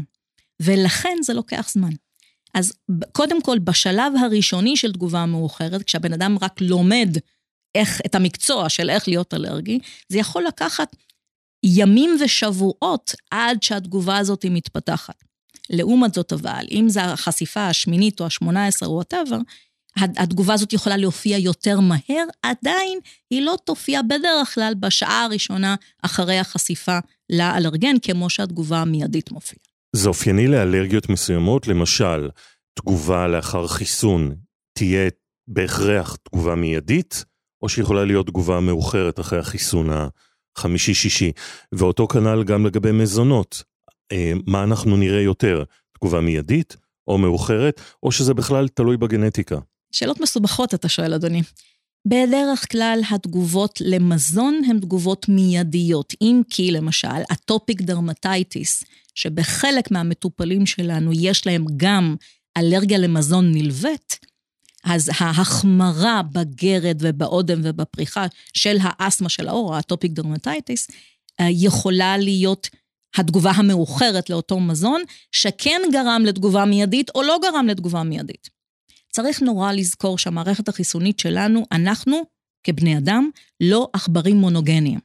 S4: ולכן זה לוקח זמן. אז קודם כל, בשלב הראשוני של תגובה מאוחרת, כשהבן אדם רק לומד איך, את המקצוע של איך להיות אלרגי, זה יכול לקחת ימים ושבועות עד שהתגובה הזאת היא מתפתחת. לעומת זאת אבל, אם זה החשיפה השמינית או השמונה עשרה או whatever, התגובה הזאת יכולה להופיע יותר מהר, עדיין היא לא תופיע בדרך כלל בשעה הראשונה אחרי החשיפה לאלרגן, כמו שהתגובה המיידית מופיעה.
S1: זה אופייני לאלרגיות מסוימות, למשל, תגובה לאחר חיסון תהיה בהכרח תגובה מיידית, או שיכולה להיות תגובה מאוחרת אחרי החיסון החמישי-שישי, ואותו כנ"ל גם לגבי מזונות. מה אנחנו נראה יותר, תגובה מיידית או מאוחרת, או שזה בכלל תלוי בגנטיקה?
S4: שאלות מסובכות אתה שואל, אדוני. בדרך כלל התגובות למזון הן תגובות מיידיות, אם כי למשל אטופיק דרמטייטיס, שבחלק מהמטופלים שלנו יש להם גם אלרגיה למזון נלווית, אז ההחמרה בגרד ובאודם ובפריחה של האסמה של האור, האטופיק דרמטייטיס, יכולה להיות התגובה המאוחרת לאותו מזון, שכן גרם לתגובה מיידית או לא גרם לתגובה מיידית. צריך נורא לזכור שהמערכת החיסונית שלנו, אנחנו כבני אדם לא עכברים מונוגניים.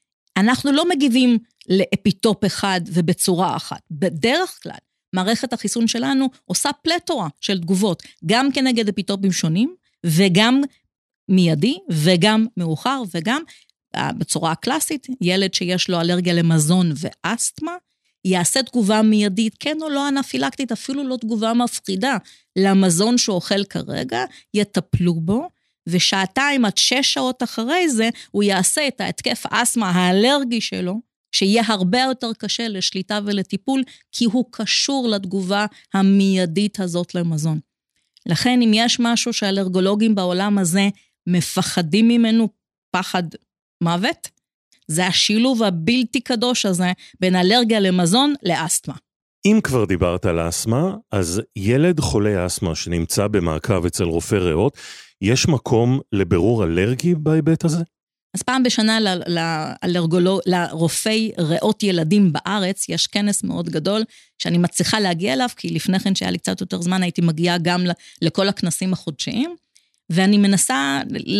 S4: אנחנו לא מגיבים לאפיטופ אחד ובצורה אחת. בדרך כלל, מערכת החיסון שלנו עושה פלטורה של תגובות, גם כנגד אפיטופים שונים, וגם מיידי, וגם מאוחר, וגם בצורה הקלאסית, ילד שיש לו אלרגיה למזון ואסתמה, יעשה תגובה מיידית, כן או לא אנפילקטית, אפילו לא תגובה מפחידה, למזון שהוא אוכל כרגע, יטפלו בו, ושעתיים עד שש שעות אחרי זה, הוא יעשה את ההתקף האסמה האלרגי שלו, שיהיה הרבה יותר קשה לשליטה ולטיפול, כי הוא קשור לתגובה המיידית הזאת למזון. לכן, אם יש משהו שהאלרגולוגים בעולם הזה מפחדים ממנו פחד מוות, זה השילוב הבלתי קדוש הזה בין אלרגיה למזון לאסתמה.
S1: אם כבר דיברת על האסתמה, אז ילד חולה אסתמה שנמצא במעקב אצל רופא ריאות, יש מקום לבירור אלרגי בהיבט הזה?
S4: אז פעם בשנה לאלרגולוג, לרופאי ריאות ילדים בארץ, יש כנס מאוד גדול שאני מצליחה להגיע אליו, כי לפני כן שהיה לי קצת יותר זמן, הייתי מגיעה גם לכל הכנסים החודשיים, ואני מנסה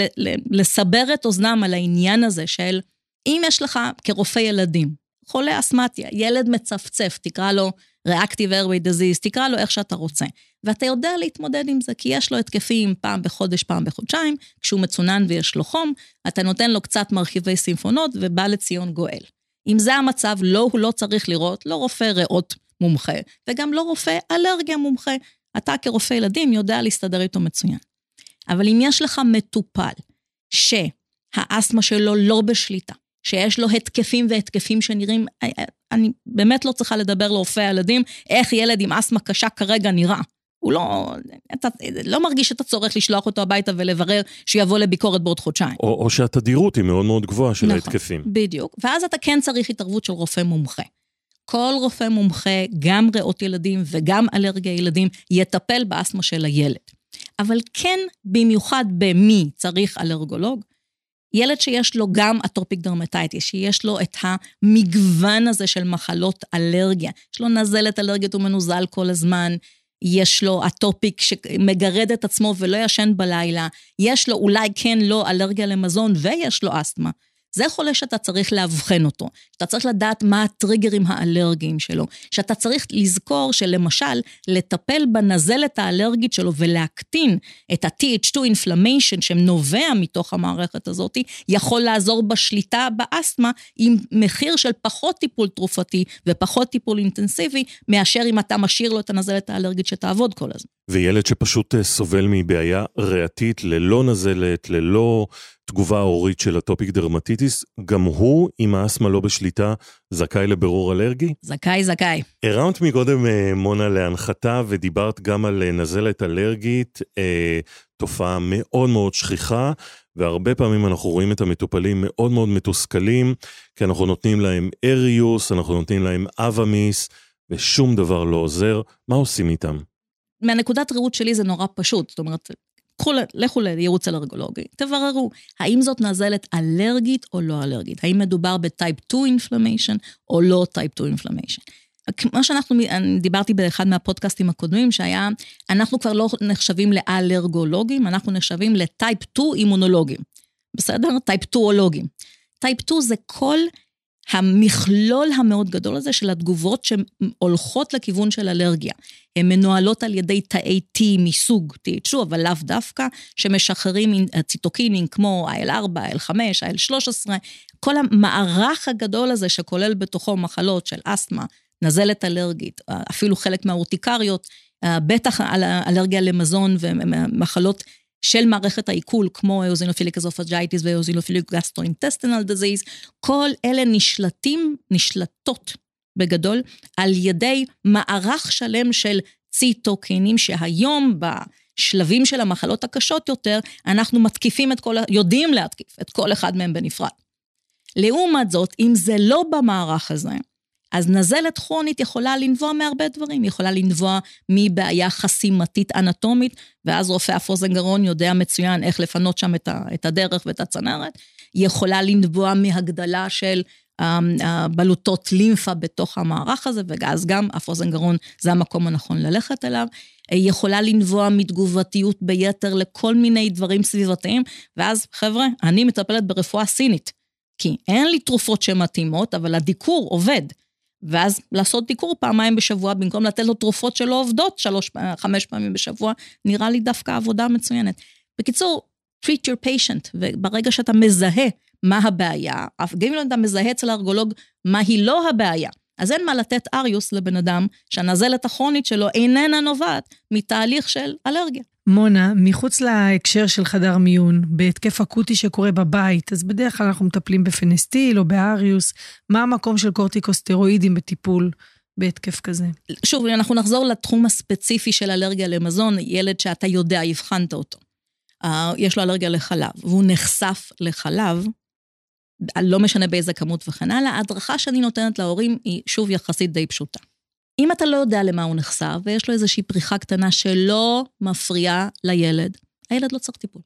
S4: לסבר את אוזנם על העניין הזה של, אם יש לך כרופא ילדים, חולה אסתמטיה, ילד מצפצף, תקרא לו Reactive Airway Disease, תקרא לו איך שאתה רוצה, ואתה יודע להתמודד עם זה, כי יש לו התקפים פעם בחודש, פעם בחודשיים, כשהוא מצונן ויש לו חום, אתה נותן לו קצת מרחיבי סימפונות, ובא לציון גואל. אם זה המצב, לא, הוא לא צריך לראות, לא רופא ריאות מומחה, וגם לא רופא אלרגיה מומחה, אתה כרופא ילדים יודע להסתדר איתו מצוין. אבל אם יש לך מטופל, שהאסתמה שלו לא בשליטה, שיש לו התקפים והתקפים שנראים, אני באמת לא צריכה לדבר לרופא הילדים, איך ילד עם אסתמה קשה כרגע נראה. הוא לא, אתה לא מרגיש את הצורך לשלוח אותו הביתה ולברר שיבוא לביקורת בעוד חודשיים.
S1: או, או שהתדירות היא מאוד מאוד גבוהה של נכון, ההתקפים.
S4: בדיוק, ואז אתה כן צריך התערבות של רופא מומחה. כל רופא מומחה, גם ריאות ילדים וגם אלרגיה ילדים, יטפל באסתמה של הילד. אבל כן, במיוחד במי צריך אלרגולוג, ילד שיש לו גם אטופיק דרמטייטיס, שיש לו את המגוון הזה של מחלות אלרגיה, יש לו נזלת אלרגית ומנוזל כל הזמן, יש לו אטופיק שמגרד את עצמו ולא ישן בלילה, יש לו אולי כן לא אלרגיה למזון ויש לו אסתמה, זה חולה שאתה צריך להבחן אותו, שאתה צריך לדעת מה הטריגרים האלרגיים שלו, שאתה צריך לזכור שלמשל, לטפל בנזלת האלרגית שלו ולהקטין את ה-טי אייץ' טו inflammation שנובע מתוך המערכת הזאת, יכול לעזור בשליטה באסתמה עם מחיר של פחות טיפול תרופתי ופחות טיפול אינטנסיבי, מאשר אם אתה משאיר לו את הנזלת האלרגית שתעבוד כל הזמן.
S1: וילד שפשוט סובל מבעיה ריאתית, ללא נזלת, ללא תגובה אורית של אטופיק דרמטיטיס, גם הוא, אם האסתמה לא בשליטה, זכאי לבירור אלרגי?
S4: זכאי, זכאי.
S1: הרמת מקודם, מונה, להנחתה, ודיברת גם על נזלת אלרגית, אה, תופעה מאוד מאוד שכיחה, והרבה פעמים אנחנו רואים את המטופלים מאוד מאוד מתוסכלים, כי אנחנו נותנים להם אריוס, אנחנו נותנים להם אבמיס, ושום דבר לא עוזר. מה עושים איתם?
S4: מהנקודת ראות שלי זה נורא פשוט, זאת אומרת, לכו לייעוץ אלרגולוגי, תבררו, האם זאת נזלת אלרגית או לא אלרגית, האם מדובר בטייפ טו inflammation או לא טייפ טו inflammation. כמו שאנחנו, דיברתי באחד מהפודקאסטים הקודמים, שהיה, אנחנו כבר לא נחשבים לאלרגולוגים, אנחנו נחשבים לטייפ טו אימונולוגים, בסדר? טייפ טו-אולוגים. טייפ טו זה כל המכלול המאוד גדול הזה של התגובות שהולכות לכיוון של אלרגיה. הן מנוהלות על ידי תאי T מסוג טי אייץ' טו, אבל לאו דווקא, שמשחררים ציטוקינים כמו איי אל ארבע, איי אל חמש, איי אל שלוש עשרה, כל המערך הגדול הזה שכולל בתוכו מחלות של אסתמה, נזלת אלרגית, אפילו חלק מהאורטיקריות, בטח על אלרגיה למזון ומחלות של מערכת העיכול, כמו אוזינופיליק אזופג'ייטיס ואוזינופיליק גסטרואינטסטינל דיזיז, כל אלה נשלטים, נשלטות בגדול, על ידי מערך שלם של ציטוקינים, שהיום בשלבים של המחלות הקשות יותר, אנחנו מתקיפים את כל, יודעים להתקיף את כל אחד מהם בנפרד. לעומת זאת, אם זה לא במערך הזה, אז נזלת כרונית יכולה לנבוע מהרבה דברים, יכולה לנבוע מבעיה חסימתית אנטומית, ואז רופא אף אוזן גרון יודע מצוין איך לפנות שם את הדרך ואת הצנרת, יכולה לנבוע מהגדלה של בלוטות לימפה בתוך המערך הזה, ואז גם אף אוזן גרון זה המקום הנכון ללכת אליו, יכולה לנבוע מתגובתיות ביתר לכל מיני דברים סביבתיים, ואז חבר'ה, אני מטפלת ברפואה סינית, כי אין לי תרופות שמתאימות, אבל הדיקור עובד, ואז לעשות דיקור פעמיים בשבוע, במקום לתת לו תרופות שלא עובדות שלוש, חמש פעמים בשבוע, נראה לי דווקא עבודה מצוינת. בקיצור, treat your patient, וברגע שאתה מזהה מה הבעיה, אף גם אם אתה מזהה אצל הארגולוג מה היא לא הבעיה, אז אין מה לתת אריוס לבן אדם, שהנזלת הכרונית שלו איננה נובעת מתהליך של אלרגיה.
S3: מונה, מחוץ להקשר של חדר מיון, בהתקף אקוטי שקורה בבית, אז בדרך כלל אנחנו מטפלים בפנסטיל או באריוס, מה המקום של קורטיקוסטרואידים בטיפול בהתקף כזה?
S4: שוב, אנחנו נחזור לתחום הספציפי של אלרגיה למזון, ילד שאתה יודע, הבחנת אותו. יש לו אלרגיה לחלב, והוא נחשף לחלב, לא משנה באיזה כמות וכן הלאה, ההדרכה שאני נותנת להורים היא שוב יחסית די פשוטה. אם אתה לא יודע למה הוא נחשף, ויש לו איזושהי פריחה קטנה שלא מפריעה לילד, הילד לא צריך טיפול.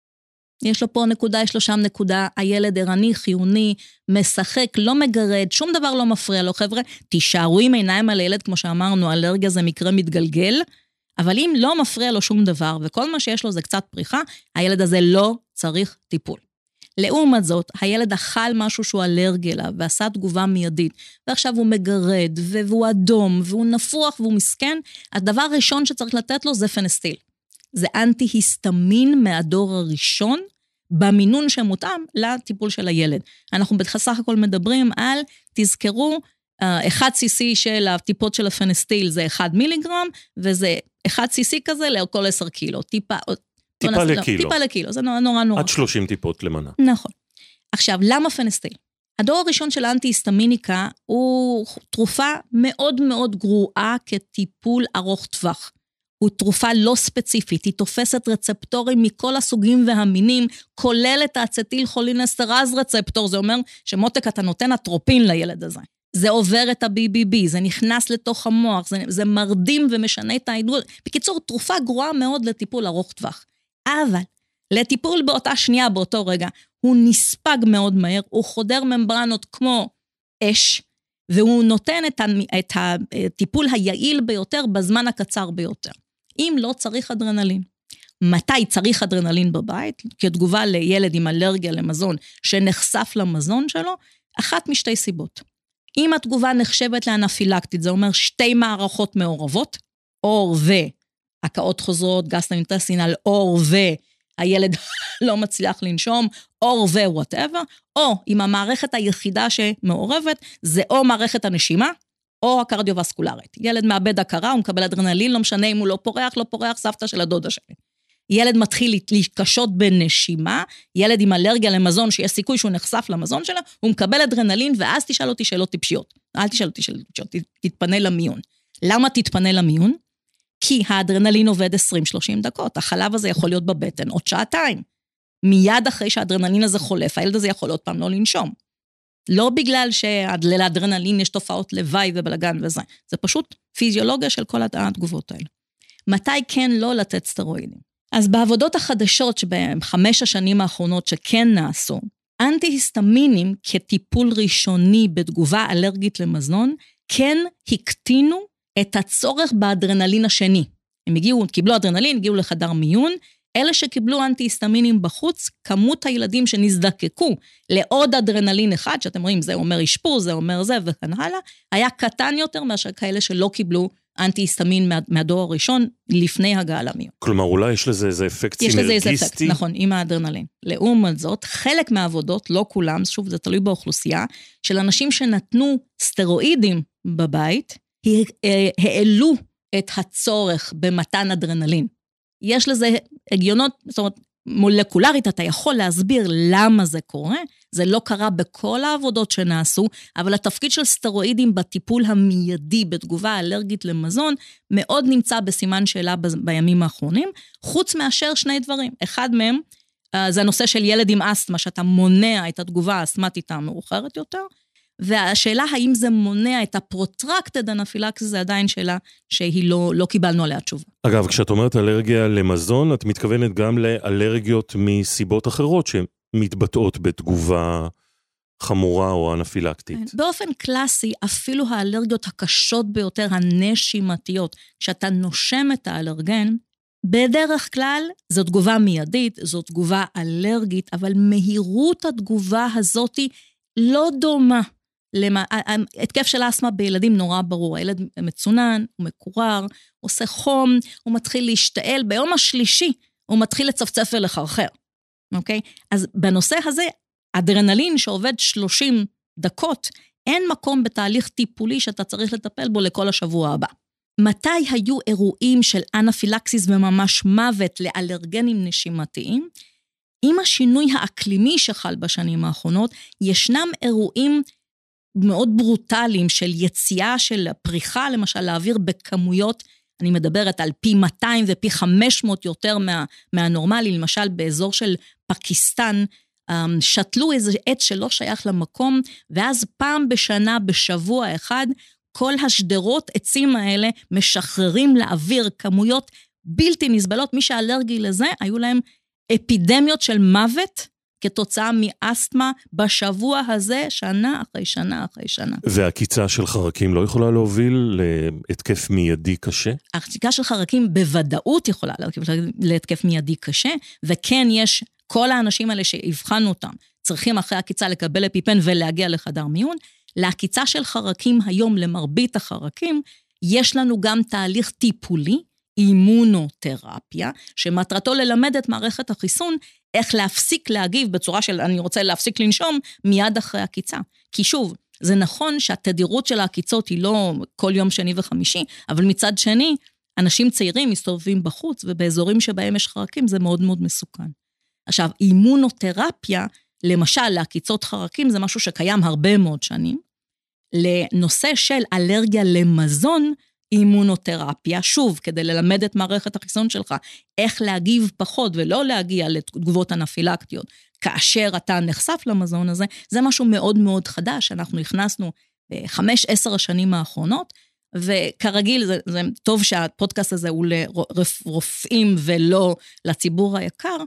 S4: יש לו פה נקודה, יש לו שם נקודה, הילד ערני, חיוני, משחק, לא מגרד, שום דבר לא מפריע לו, חבר'ה, תישארו עם עיניים על הילד, כמו שאמרנו, אלרגיה זה מקרה מתגלגל, אבל אם לא מפריע לו שום דבר, וכל מה שיש לו זה קצת פריחה, הילד הזה לא צריך טיפול. לעומת זאת, הילד אכל משהו שהוא אלרגי אליו, ועשה תגובה מיידית, ועכשיו הוא מגרד, והוא אדום, והוא נפוח, והוא מסכן, הדבר הראשון שצריך לתת לו זה פנסטיל. זה אנטי-היסטמין מהדור הראשון, במינון שמותאם לטיפול של הילד. אנחנו בסך הכל מדברים על, תזכרו, אחד סי סי של הטיפות של הפנסטיל זה אחד מיליגרם, וזה אחד סי סי כזה לכל עשר קילו, טיפה...
S1: טיפה לקילו.
S4: טיפה לקילו, זה נורא נורא נורא.
S1: עד שלושים טיפות למנה.
S4: נכון. עכשיו, למה פנסטיל? הדור הראשון של האנטי-היסטמיניקה הוא תרופה מאוד מאוד גרועה כטיפול ארוך טווח. הוא תרופה לא ספציפית, היא תופסת רצפטורים מכל הסוגים והמינים, כולל את האצטיל חולינסטרז רצפטור, זה אומר שמותק אתה נותן אטרופין לילד הזה. זה עובר את ה-בי בי בי, זה נכנס לתוך המוח, זה, זה מרדים ומשנה את ההידרות. בקיצור, תרופה גרועה מאוד לטיפול ארוך טווח. אבל לטיפול באותה שנייה, באותו רגע, הוא נספג מאוד מהר, הוא חודר ממברנות כמו אש, והוא נותן את, את הטיפול היעיל ביותר בזמן הקצר ביותר. אם לא צריך אדרנלין, מתי צריך אדרנלין בבית, כתגובה לילד עם אלרגיה למזון שנחשף למזון שלו, אחת משתי סיבות. אם התגובה נחשבת לאנפילקטית, זה אומר שתי מערכות מעורבות, אור והקאות חוזרות, גסטרואינטסטינל, אור והילד לא מצליח לנשום, אור ו-whatever, או אם המערכת היחידה שמעורבת, זה או מערכת הנשימה, או הקרדיו-וסקולרית. ילד מאבד הכרה, הוא מקבל אדרנלין, לא משנה אם הוא לא פורח, לא פורח, סבתא של הדודה שלי. ילד מתחיל להתקשות בנשימה, ילד עם אלרגיה למזון, שיש סיכוי שהוא נחשף למזון שלה, הוא מקבל אדרנלין, ואז תשאל אותי שאלות טיפשיות. אל תשאל אותי שאלות טיפשיות, תתפנה למיון. למה תתפנה למיון? כי האדרנלין עובד עשרים שלושים דקות, החלב הזה יכול להיות בבטן עוד שעתיים. מיד אחרי שהאדרנלין הזה חולף, הילד הזה יכול עוד פעם לא לנשום. לא בגלל שלאדרנלין יש תופעות לוואי ובלגן וזה, זה פשוט פיזיולוגיה של כל התגובות האלה. מתי כן לא לתת סטרואידים? אז בעבודות החדשות שבחמש השנים האחרונות שכן נעשו, אנטי-היסטמינים כטיפול ראשוני בתגובה אלרגית למזון, כן הקטינו את הצורך באדרנלין השני. הם הגיעו, קיבלו אדרנלין, הגיעו לחדר מיון, אלה שקיבלו אנטי-היסטמינים בחוץ, כמות הילדים שנזדקקו לעוד אדרנלין אחד, שאתם רואים, זה אומר אשפוז, זה אומר זה וכן הלאה, היה קטן יותר מאשר כאלה שלא קיבלו אנטי-היסטמין מה, מהדור הראשון, לפני הגעה למיון.
S1: כלומר, אולי יש לזה איזה אפקט
S4: יש
S1: סינרגיסטי?
S4: יש לזה איזה אפקט, נכון, עם האדרנלין. לעומת זאת, חלק מהעבודות, לא כולם, שוב, זה תלוי באוכלוסייה, של אנשים שנתנו סטרואידים בבית, העלו את הצורך במתן אדרנלין. יש לזה הגיונות, זאת אומרת, מולקולרית, אתה יכול להסביר למה זה קורה, זה לא קרה בכל העבודות שנעשו, אבל התפקיד של סטרואידים בטיפול המיידי, בתגובה אלרגית למזון, מאוד נמצא בסימן שאלה ב- בימים האחרונים, חוץ מאשר שני דברים. אחד מהם, זה הנושא של ילד עם אסתמה, שאתה מונע את התגובה האסתמטית המאוחרת יותר, והשאלה האם זה מונע את הפרוטרקטד אנפילקסיס, זה עדיין שאלה שהיא לא, לא קיבלנו עליה תשובה.
S1: אגב, כשאת אומרת אלרגיה למזון, את מתכוונת גם לאלרגיות מסיבות אחרות שמתבטאות בתגובה חמורה או אנפילקטית.
S4: באופן קלאסי, אפילו האלרגיות הקשות ביותר, הנשימתיות, כשאתה נושם את האלרגן, בדרך כלל זו תגובה מיידית, זו תגובה אלרגית, אבל מהירות התגובה הזאת לא דומה. התקף של אסמה בילדים נורא ברור, הילד מצונן, הוא מקורר, עושה חום, הוא מתחיל להשתעל, ביום השלישי הוא מתחיל לצפצף ולחרחר, אוקיי? אז בנושא הזה, אדרנלין שעובד שלושים דקות, אין מקום בתהליך טיפולי שאתה צריך לטפל בו לכל השבוע הבא. מתי היו אירועים של אנפילקסיס וממש מוות לאלרגנים נשימתיים? עם השינוי האקלימי שחל בשנים האחרונות, ישנם אירועים מאוד ברוטליים של יציאה של פריחה, למשל להעביר בכמויות, אני מדברת על פי מאתיים ופי חמש מאות יותר מה, מהנורמלי, למשל באזור של פקיסטן, שתלו איזה עץ שלא שייך למקום, ואז פעם בשנה, בשבוע אחד, כל השדרות עצים האלה משחררים לאוויר כמויות בלתי נסבלות, מי שאלרגי לזה, היו להם אפידמיות של מוות, כתוצאה מאסתמה בשבוע הזה, שנה אחרי שנה אחרי שנה.
S1: והקיצה של חרקים לא יכולה להוביל להתקף מיידי קשה?
S4: הקיצה של חרקים בוודאות יכולה להוביל להתקף מיידי קשה, וכן יש כל האנשים האלה שהבחנו אותם, צריכים אחרי הקיצה לקבל אפיפן ולהגיע לחדר מיון, להקיצה של חרקים היום למרבית החרקים, יש לנו גם תהליך טיפולי, אימונותרפיה, שמטרתו ללמד את מערכת החיסון, איך להפסיק להגיב בצורה של אני רוצה להפסיק לנשום מיד אחרי הקיצה. כי שוב, זה נכון שהתדירות של הקיצות היא לא כל יום שני וחמישי, אבל מצד שני, אנשים צעירים מסתובבים בחוץ, ובאזורים שבהם יש חרקים זה מאוד מאוד מסוכן. עכשיו, אימונותרפיה, למשל להקיצות חרקים, זה משהו שקיים הרבה מאוד שנים. לנושא של אלרגיה למזון, אימונותרפיה, שוב, כדי ללמד את מערכת החיסון שלך, איך להגיב פחות ולא להגיע לתגובות אנפילקטיות, כאשר אתה נחשף למזון הזה, זה משהו מאוד מאוד חדש, אנחנו הכנסנו בחמש, עשר השנים האחרונות, וכרגיל, זה, זה טוב שהפודקאסט הזה הוא לרופאים ולא לציבור היקר,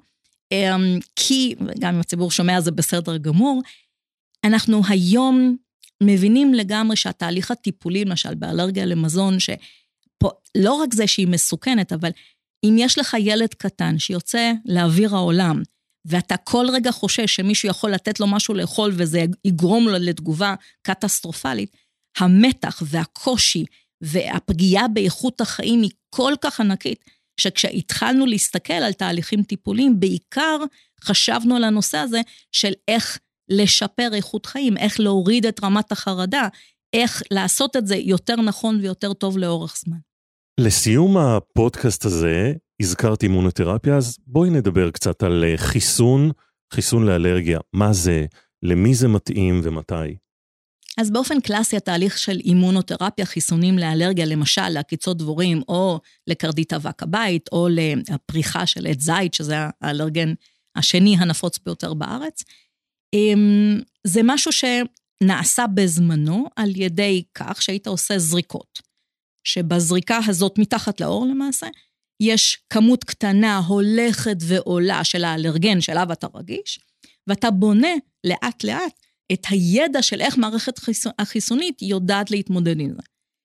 S4: כי, גם אם הציבור שומע זה בסדר גמור, אנחנו היום מבינים לגמרי שהתהליך הטיפולי, למשל, באלרגיה למזון, שלא רק זה שהיא מסוכנת, אבל אם יש לך ילד קטן שיוצא לאוויר העולם, ואתה כל רגע חושש שמישהו יכול לתת לו משהו לאכול, וזה יגרום לו לתגובה קטסטרופלית, המתח והקושי והפגיעה באיכות החיים היא כל כך ענקית, שכשהתחלנו להסתכל על תהליכים טיפוליים, בעיקר חשבנו על הנושא הזה של איך לשפר איכות חיים, איך להוריד את רמת החרדה, איך לעשות את זה יותר נכון ויותר טוב לאורך זמן.
S1: לסיום הפודקאסט הזה, הזכרתי אימונותרפיה, אז בואי נדבר קצת על חיסון, חיסון לאלרגיה. מה זה, למי זה מתאים ומתי?
S4: אז באופן קלאסי, התהליך של אימונותרפיה, חיסונים לאלרגיה, למשל, לעקיצות דבורים, או לקרדית אבק הבית, או לפריחה של עץ זית, שזה האלרגן השני הנפוץ ביותר בארץ, זה משהו שנעשה בזמנו, על ידי כך שהיית עושה זריקות, שבזריקה הזאת מתחת לאור למעשה, יש כמות קטנה הולכת ועולה של האלרגן שאליו אתה רגיש, ואתה בונה לאט לאט את הידע של איך מערכת החיסונית יודעת להתמודד עם זה.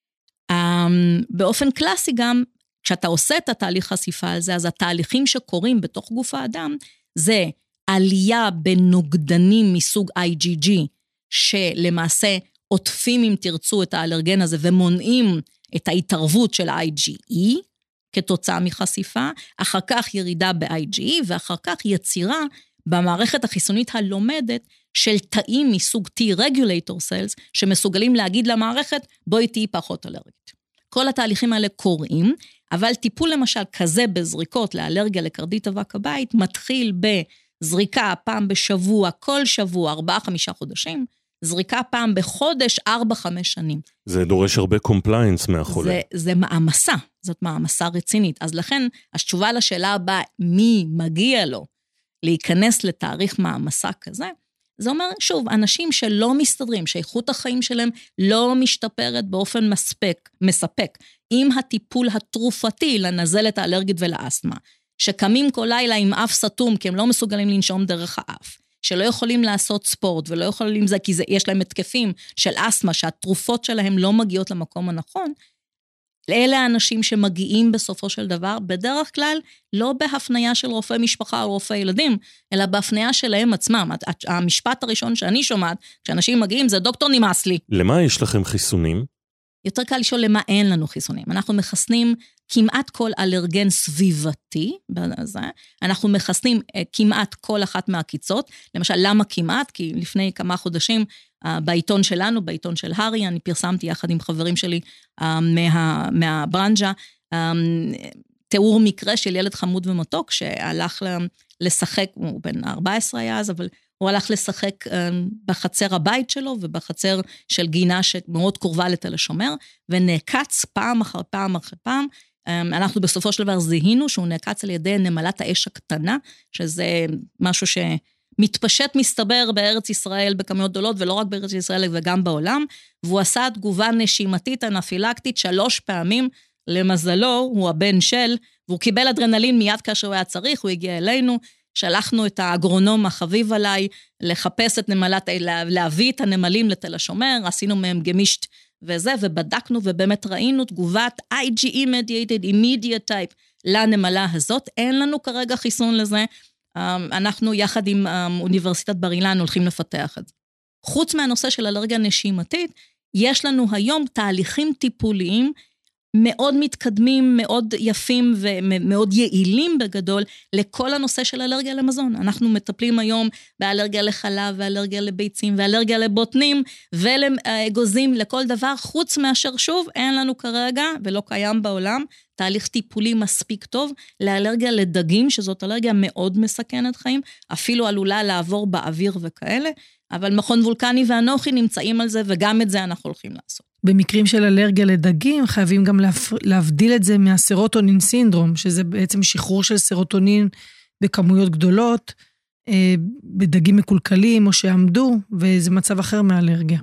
S4: באופן קלאסי גם, כשאתה עושה את התהליך חשיפה על זה, אז התהליכים שקורים בתוך גוף האדם, זה עלייה בנוגדנים מסוג איי ג'י ג'י, שלמעשה עוטפים אם תרצו את האלרגן הזה, ומונעים את ההתערבות של ה-איי ג'י אי, כתוצאה מחשיפה, אחר כך ירידה ב-איי ג'י אי, ואחר כך יצירה במערכת החיסונית הלומדת, של תאים מסוג T-Regulator Cells, שמסוגלים להגיד למערכת, בואי תהי פחות אלרגית. כל התהליכים האלה קורים, אבל טיפול למשל כזה בזריקות לאלרגיה לקרדית אבק הבית, מתחיל בזריקה פעם בשבוע, כל שבוע, ארבעה, חמישה חודשים, זריקה פעם בחודש, ארבע, חמש שנים.
S1: זה דורש הרבה קומפליינס מהחולה.
S4: זה, זה מעמסה, זאת מעמסה רצינית. אז לכן, התשובה לשאלה הבאה, מי מגיע לו להיכנס לתאריך מעמסה כזה, זה אומר, שוב, אנשים שלא מסתדרים, שאיכות החיים שלהם לא משתפרת באופן מספק, מספק, עם הטיפול התרופתי לנזלת האלרגית ולאסתמה, שקמים כל לילה עם אף סתום, כי הם לא מסוגלים לנשום דרך האף, שלא יכולים לעשות ספורט, ולא יכולים זה, כי זה, יש להם התקפים של אסתמה, שהתרופות שלהם לא מגיעות למקום הנכון, אלה האנשים שמגיעים בסופו של דבר, בדרך כלל לא בהפניה של רופא משפחה או רופא ילדים, אלא בהפניה שלהם עצמם. המשפט הראשון שאני שומעת, כשאנשים מגיעים, זה דוקטור נמאס לי.
S1: למה יש לכם חיסונים?
S4: יותר קל לשאול למה אין לנו חיסונים. אנחנו מחסנים כמעט כל אלרגן סביבתי, בזה. אנחנו מחסנים כמעט כל אחת מהעקיצות. למשל, למה כמעט? כי לפני כמה חודשים, בעיתון שלנו, בעיתון של הרי, אני פרסמתי יחד עם חברים שלי מה, מהברנג'ה, תיאור מקרה של ילד חמוד ומתוק, שהלך לשחק, הוא בן ארבע עשרה היה אז, אבל הוא הלך לשחק בחצר הבית שלו, ובחצר של גינה שמאוד קרובה לתל השומר, ונעקץ פעם אחר פעם אחר פעם, אנחנו בסופו של דבר זיהינו, שהוא נעקץ על ידי נמלת האש הקטנה, שזה משהו ש... מתפשט מסתבר בארץ ישראל בכמויות גדולות, ולא רק בארץ ישראל וגם בעולם, והוא עשה תגובה נשימתית אנפילקטית שלוש פעמים, למזלו, הוא הבן של, והוא קיבל אדרנלין מיד כאשר הוא היה צריך, הוא הגיע אלינו, שלחנו את האגרונום החביב עליי, לחפש את נמלת, להביא את הנמלים לתל השומר, עשינו מהם גמישט וזה, ובדקנו ובאמת ראינו תגובת איי ג'י אי mediated immediate type לנמלה הזאת, אין לנו כרגע חיסון לזה, אנחנו יחד עם אוניברסיטת בר אילן הולכים לפתח את זה. חוץ מהנושא של אלרגיה נשימתית, יש לנו היום תהליכים טיפוליים מאוד מתקדמים, מאוד יפים ומאוד יעילים בגדול, לכל הנושא של אלרגיה למזון. אנחנו מטפלים היום באלרגיה לחלב, ואלרגיה לביצים, ואלרגיה לבוטנים, ולאגוזים, לכל דבר, חוץ מאשר שוב, אין לנו כרגע, ולא קיים בעולם, תהליך טיפולי מספיק טוב, לאלרגיה לדגים, שזאת אלרגיה מאוד מסכנת חיים, אפילו עלולה לעבור באוויר וכאלה, אבל מכון וולקני ואנוכי נמצאים על זה, וגם את זה אנחנו הולכים לעשות.
S3: במקרים של אלרגיה לדגים, חייבים גם להבדיל את זה מהסרוטונין סינדרום, שזה בעצם שחרור של סרוטונין בכמויות גדולות, בדגים מקולקלים או שעמדו, וזה מצב אחר מהאלרגיה.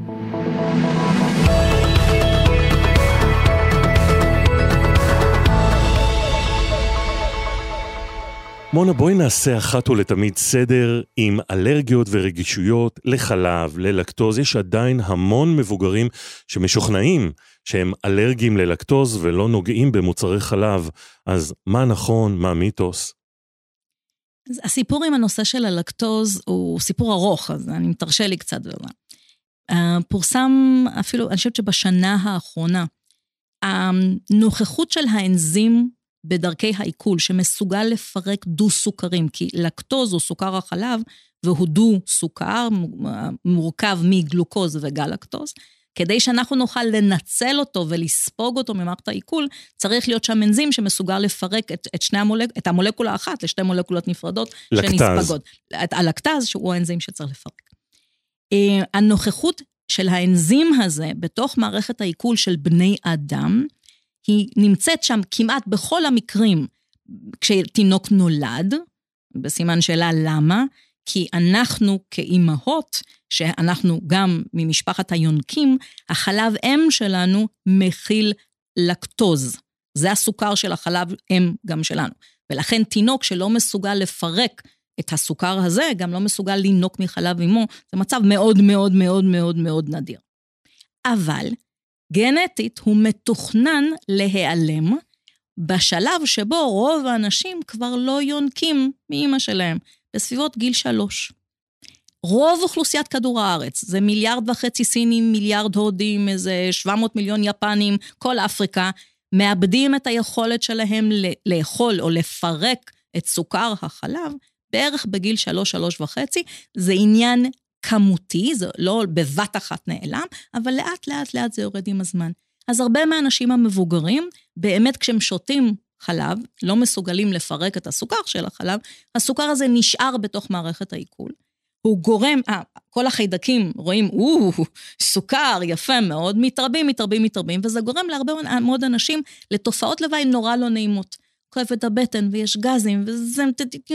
S1: מונה, בואי נעשה אחת ולתמיד סדר עם אלרגיות ורגישויות לחלב, ללקטוז. יש עדיין המון מבוגרים שמשוכנעים שהם אלרגיים ללקטוז ולא נוגעים במוצרי חלב, אז מה נכון, מה מיתוס?
S4: הסיפור עם הנושא של הלקטוז הוא סיפור ארוך, אז אני מתרשה לי קצת במה. פורסם אפילו, אני חושבת שבשנה האחרונה, הנוכחות של האנזים בדרכי העיכול, שמסוגל לפרק דו סוכרים, כי לקטוז הוא סוכר החלב, והוא דו סוכר, מורכב מגלוקוז וגלקטוז, כדי שאנחנו נוכל לנצל אותו ולספוג אותו ממערכת העיכול, צריך להיות שם אנזים שמסוגל לפרק את, את, שני המולק, את המולקולה האחת לשתי מולקולות נפרדות
S1: לקטז.
S4: שנספגות. הלקטז שהוא האנזים שצריך לפרק. הנוכחות של האנזים הזה בתוך מערכת העיכול של בני אדם, היא נמצאת שם כמעט בכל המקרים כשתינוק נולד, בסימן שאלה למה, כי אנחנו כאימהות, שאנחנו גם ממשפחת היונקים, החלב אם שלנו מכיל לקטוז. זה הסוכר של החלב אם גם שלנו. ולכן תינוק שלא מסוגל לפרק את הסוכר הזה, גם לא מסוגל לינוק מחלב אמו, זה מצב מאוד מאוד מאוד מאוד מאוד נדיר. אבל גנטית הוא מתוכנן להיעלם, בשלב שבו רוב האנשים כבר לא יונקים מאמא שלהם, בסביבות גיל שלוש. רוב אוכלוסיית כדור הארץ, זה מיליארד וחצי סינים, מיליארד הודים, איזה שבע מאות מיליון יפנים, כל אפריקה, מאבדים את היכולת שלהם לאכול או לפרק את סוכר החלב, בערך בגיל שלוש, שלוש וחצי, זה עניין כמותי, זה לא בבת אחת נעלם, אבל לאט לאט לאט זה יורד עם הזמן. אז הרבה מהאנשים המבוגרים, באמת כשהם שותים חלב, לא מסוגלים לפרק את הסוכר של החלב, הסוכר הזה נשאר בתוך מערכת העיכול. הוא גורם, אה, כל החיידקים רואים, או, סוכר יפה מאוד, מתרבים, מתרבים, מתרבים, וזה גורם להרבה מאוד אנשים לתופעות לוואי נורא לא נעימות. כואבת הבטן ויש גזים, וזה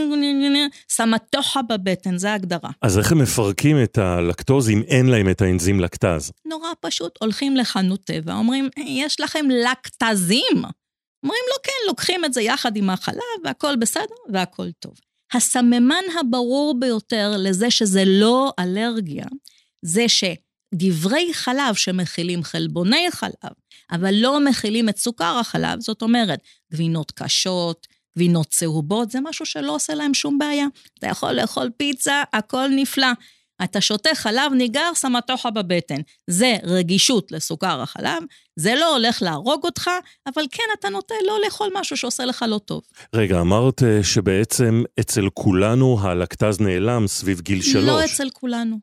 S4: סמטוחה בבטן, זה ההגדרה.
S1: אז איך הם מפרקים את הלקטוז אם אין להם את האנזים לקטז?
S4: נורא פשוט, הולכים לחנות טבע, אומרים, יש לכם לקטזים? אומרים לו, כן, לוקחים את זה יחד עם החלב, והכל בסדר, והכל טוב. הסממן הברור ביותר לזה שזה לא אלרגיה, זה שדברי חלב שמכילים חלבוני חלב, אבל לא מכילים את סוכר החלב, זאת אומרת, גבינות קשות, גבינות צהובות, זה משהו שלא עושה להם שום בעיה. אתה יכול לאכול פיצה, הכל נפלא. אתה שותה חלב ניגר, סמטוחה בבטן. זה רגישות לסוכר החלב, זה לא הולך להרוג אותך, אבל כן אתה נוטה לא לאכול משהו שעושה לך לא טוב.
S1: רגע, אמרת שבעצם אצל כולנו הלקטז נעלם סביב גיל שלוש.
S4: לא אצל כולנו.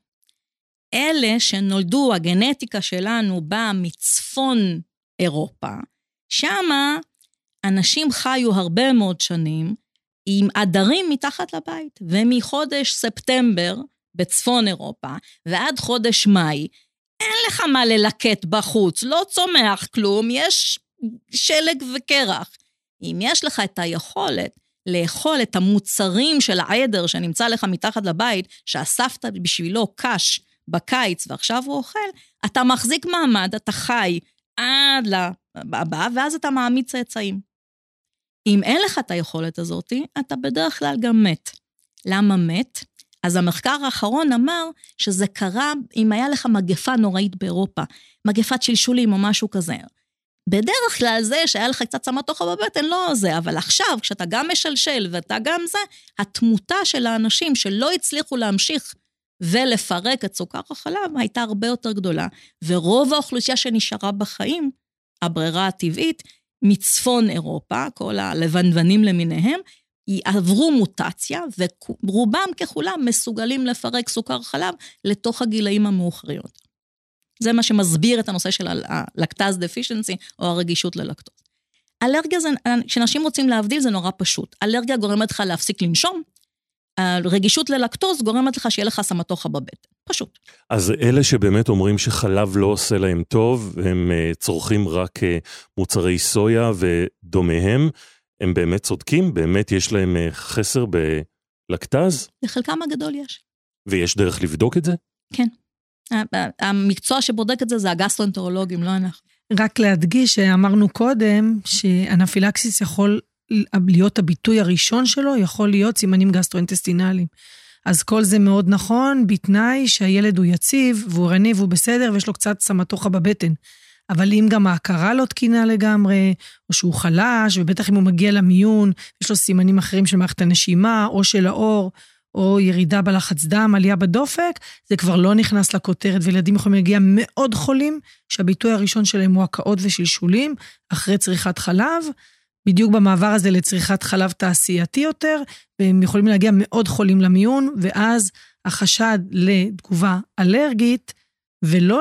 S4: אלה שנולדו, הגנטיקה שלנו באה מצפון אירופה, שמה אנשים חיו הרבה מאוד שנים עם עדרים מתחת לבית, ומחודש ספטמבר בצפון אירופה, ועד חודש מאי, אין לך מה ללקט בחוץ, לא צומח כלום, יש שלג וקרח. אם יש לך את היכולת לאכול את המוצרים של העדר שנמצא לך מתחת לבית, שאספת בשבילו קש בקיץ ועכשיו הוא אוכל, אתה מחזיק מעמד, אתה חי עד לבא, ואז אתה מעמיד צאצאים. אם אין לך את היכולת הזאת, אתה בדרך כלל גם מת. למה מת? אז המחקר האחרון אמר שזה קרה אם היה לך מגפה נוראית באירופה, מגפת שלשולים או משהו כזה. בדרך כלל זה שהיה לך קצת סמטוחה בבטן, לא זה, אבל עכשיו כשאתה גם משלשל ואתה גם זה, התמותה של האנשים שלא הצליחו להמשיך ולפרק את סוכר החלב הייתה הרבה יותר גדולה, ורוב האוכלוסייה שנשארה בחיים, הברירה הטבעית, מצפון אירופה, כל הלבנוונים למיניהם, עברו מוטציה, ורובם ככולם מסוגלים לפרק סוכר חלב לתוך הגילאים המאוחריות. זה מה שמסביר את הנושא של הלקטז דפישנסי, או הרגישות ללקטוז. אלרגיה, כשאנשים רוצים להבדיל, זה נורא פשוט. אלרגיה גורמת לך להפסיק לנשום, הרגישות ללקטוז גורמת לך שיהיה לך סמטוחה בבטן. פשוט.
S1: אז אלה שבאמת אומרים שחלב לא עושה להם טוב, הם צורכים רק מוצרי סויה ודומיהם, הם באמת צודקים? באמת יש להם חסר בלקטז?
S4: לחלקם הגדול יש.
S1: ויש דרך לבדוק את זה?
S4: כן. המקצוע שבודק את זה זה הגסטרואנטרולוגים, לא אנחנו.
S3: רק להדגיש שאמרנו קודם שאנפילקסיס יכול להיות הביטוי הראשון שלו, יכול להיות סימנים גסטרואינטסטינליים. אז כל זה מאוד נכון, בתנאי שהילד הוא יציב, והוא ערני והוא בסדר, ויש לו קצת סמטוחה בבטן. אבל אם גם ההכרה לא תקינה לגמרי, או שהוא חלש, ובטח אם הוא מגיע למיון, יש לו סימנים אחרים של מערכת הנשימה, או של האור, או ירידה בלחץ דם, עלייה בדופק, זה כבר לא נכנס לכותרת, וילדים יכולים להגיע מאוד חולים, שהביטוי הראשון שלהם הוא הקאות ושלשולים, אחרי צריכת חלב, בדיוק במעבר הזה לצריכת חלב תעשייתי יותר, והם יכולים להגיע מאוד חולים למיון, ואז החשד לתגובה אלרגית, ולא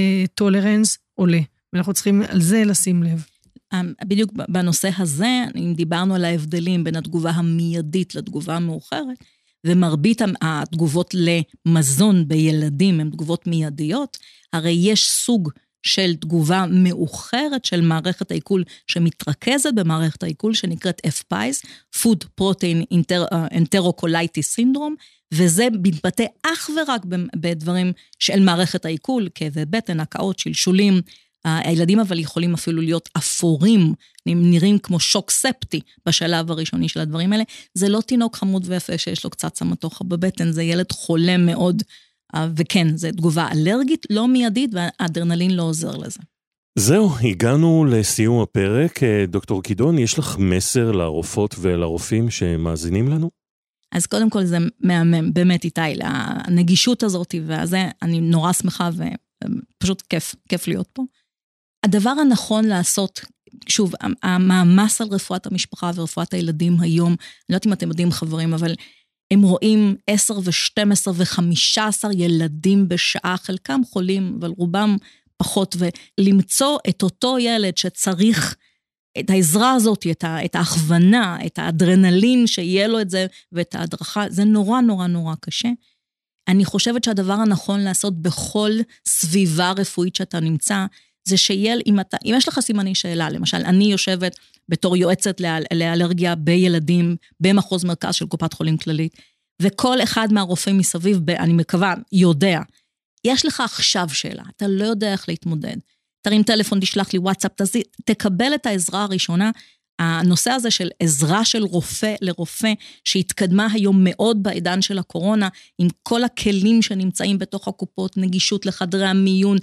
S3: לטולרנס עולה. ואנחנו צריכים על זה לשים לב.
S4: בדיוק בנושא הזה, אם דיברנו על ההבדלים בין התגובה המיידית לתגובה המאוחרת, ומרבית התגובות למזון בילדים הן תגובות מיידיות, הרי יש סוג של תגובה מאוחרת של מערכת העיכול שמתרכזת במערכת העיכול שנקראת אף פי איי אס, Food Protein Enterocolitis Syndrome, וזה מתבטא אך ורק בדברים של מערכת העיכול, כאבי בטן, הקאות, שלשולים, הילדים אבל יכולים אפילו להיות אפורים, הם נראים כמו שוק ספטי בשלב הראשוני של הדברים האלה, זה לא תינוק חמוד ויפה שיש לו קצת סמטוחה בבטן, זה ילד חולה מאוד, וכן, זו תגובה אלרגית, לא מיידית, והאדרנלין לא עוזר לזה.
S1: זהו, הגענו לסיום הפרק. דוקטור קידון, יש לך מסר לרופאות ולרופאים שמאזינים לנו?
S4: אז קודם כל זה מהמם, באמת איתי, הנגישות הזאת, וזה אני נורא שמחה, ופשוט כיף, כיף להיות פה. הדבר הנכון לעשות, שוב, המאמץ על רפואת המשפחה ורפואת הילדים היום, אני לא יודעת אם אתם יודעים חברים, אבל הם רואים עשר ושתים עשרה וחמישה עשר ילדים בשעה, חלקם חולים, אבל רובם פחות, ולמצוא את אותו ילד שצריך את העזרה הזאת, את, ה, את ההכוונה, את האדרנלין שיהיה לו את זה, ואת ההדרכה, זה נורא נורא נורא קשה. אני חושבת שהדבר הנכון לעשות בכל סביבה רפואית שאתה נמצא, זה שיהיה, אם, אתה, אם יש לך סימני שאלה, למשל, אני יושבת בתור יועצת לאלרגיה בילדים, במחוז מרכז של קופת חולים כללית, וכל אחד מהרופאים מסביב, אני מקווה, יודע, יש לך עכשיו שאלה, אתה לא יודע איך להתמודד, תרים טלפון, תשלח לי וואטסאפ, תקבל את העזרה הראשונה, הנושא הזה של עזרה של רופא לרופא, שהתקדמה היום מאוד בעידן של הקורונה, עם כל הכלים שנמצאים בתוך הקופות, נגישות לחדרי המיון,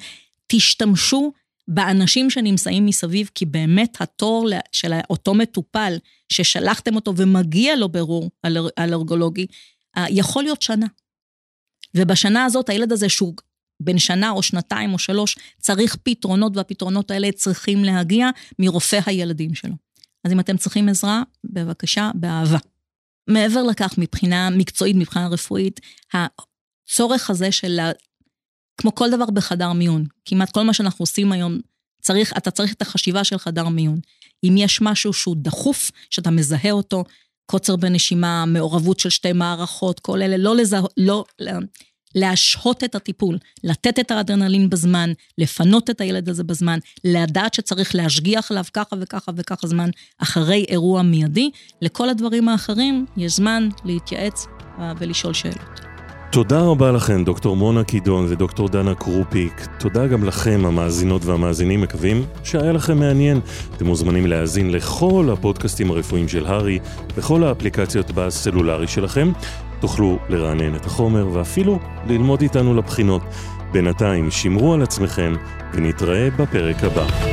S4: תשתמשו באנשים שנמצאים מסביב, כי באמת התור של אותו מטופל, ששלחתם אותו ומגיע לו ברור אלרגולוגי, יכול להיות שנה. ובשנה הזאת הילד הזה שהוא בין שנה או שנתיים או שלוש, צריך פתרונות, והפתרונות האלה צריכים להגיע מרופא הילדים שלו. אז אם אתם צריכים עזרה, בבקשה, באהבה. מעבר לכך, מבחינה מקצועית, מבחינה רפואית, הצורך הזה של, כמו כל דבר בחדר מיון, כמעט כל מה שאנחנו עושים היום, צריך, אתה צריך את החשיבה של חדר מיון. אם יש משהו שהוא דחוף, שאתה מזהה אותו, קוצר בנשימה, מעורבות של שתי מערכות, כל אלה, לא לזה, לא, להשהות את הטיפול, לתת את האדרנלין בזמן, לפנות את הילד הזה בזמן, לדעת שצריך להשגיח עליו ככה וככה וככה זמן, אחרי אירוע מיידי, לכל הדברים האחרים יש זמן להתייעץ ולשאול שאלות.
S1: תודה רבה לכם, דוקטור מונה קידון ודוקטור דנה קרופיק. תודה גם לכם, המאזינות והמאזינים, מקווים שהיה לכם מעניין. אתם מוזמנים להאזין לכל הפודקאסטים הרפואיים של הרי, בכל האפליקציות בסלולרי שלכם. תוכלו לרענן את החומר ואפילו ללמוד איתנו לבחינות. בינתיים שמרו על עצמכם ונתראה בפרק הבא.